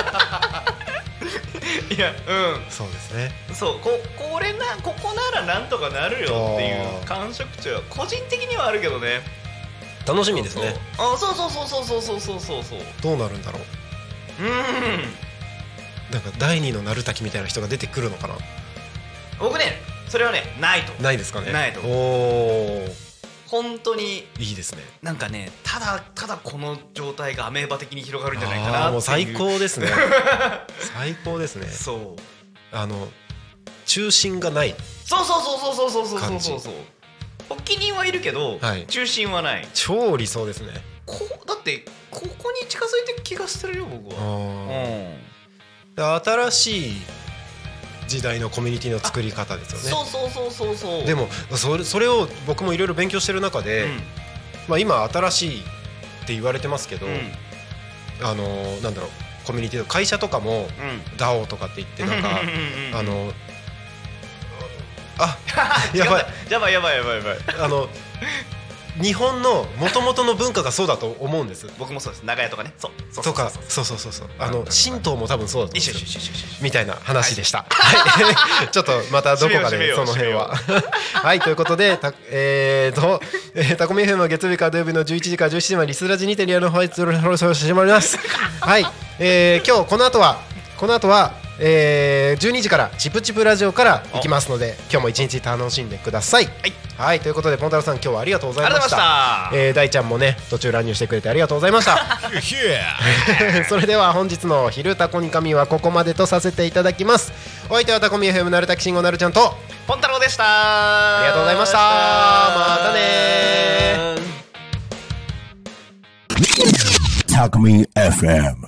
Speaker 4: いういや、うん、
Speaker 3: そうですね。
Speaker 4: そう、ここれなここならなんとかなるよっていう感触値は個人的にはあるけどね。
Speaker 3: 楽しみですね。
Speaker 4: あ、そうそうそうそうそうそうそうそうそう。
Speaker 3: どうなるんだろう。
Speaker 4: うん。
Speaker 3: なんか第二の鳴滝みたいな人が出てくるのかな。
Speaker 4: 僕ね、それはね、ないと。
Speaker 3: ないですかね。
Speaker 4: ないと。
Speaker 3: おお。
Speaker 4: 本当に
Speaker 3: いいですね。
Speaker 4: なんかね、ただただこの状態がアメーバ的に広がるんじゃないかなっていう。
Speaker 3: あ、もう最高ですね。最高ですね。
Speaker 4: そう。
Speaker 3: あの中心がない。
Speaker 4: そうそうそうそうそうそうそうそうそう。発起人はいるけど、はい、中心はない。
Speaker 3: 超理想ですね。
Speaker 4: こだってここに近づいてる気がするよ僕は。
Speaker 3: うん、新しい時代のコミュニティの作り方ですよね。
Speaker 4: そうそうそうそうそう。
Speaker 3: でもそれ、それを僕もいろいろ勉強してる中で、うん、まあ、今新しいって言われてますけど、うん、あのなんだろう、コミュニティの会社とかも、うん、ダオ とかって言ってなんかあのあやばい
Speaker 4: やばいやばいやばいやばい
Speaker 3: あの日本の元々の文化がそうだと思うんです。
Speaker 4: 僕もそうです。長屋とかね、そうそう
Speaker 3: とか、そうそうそうそう、あの神道も多分そうだと思うんですよみたいな話でした。はい、ちょっとまたどこかでその辺ははい、ということでたえーとタコミ エフエム は月曜日から土曜日のじゅういちじからじゅうしちじまでリスラジにてリアルファイツロロロ始まります。はい、えー、今日この後はこの後はえー、じゅうにじからチプチプラジオから行きますので、今日も一日楽しんでください。はい、はい、ということでポンタロさん今日はありがとうございました。
Speaker 4: ありがとうございました。
Speaker 3: えー、大ちゃんもね途中乱入してくれてありがとうございましたそれでは本日の昼タコに神はここまでとさせていただきます。お相手はタコミ エフエム なるたきしんごなるちゃんと
Speaker 4: ポンタロでした。
Speaker 3: ありがとうございました。またねー。タコミ エフエム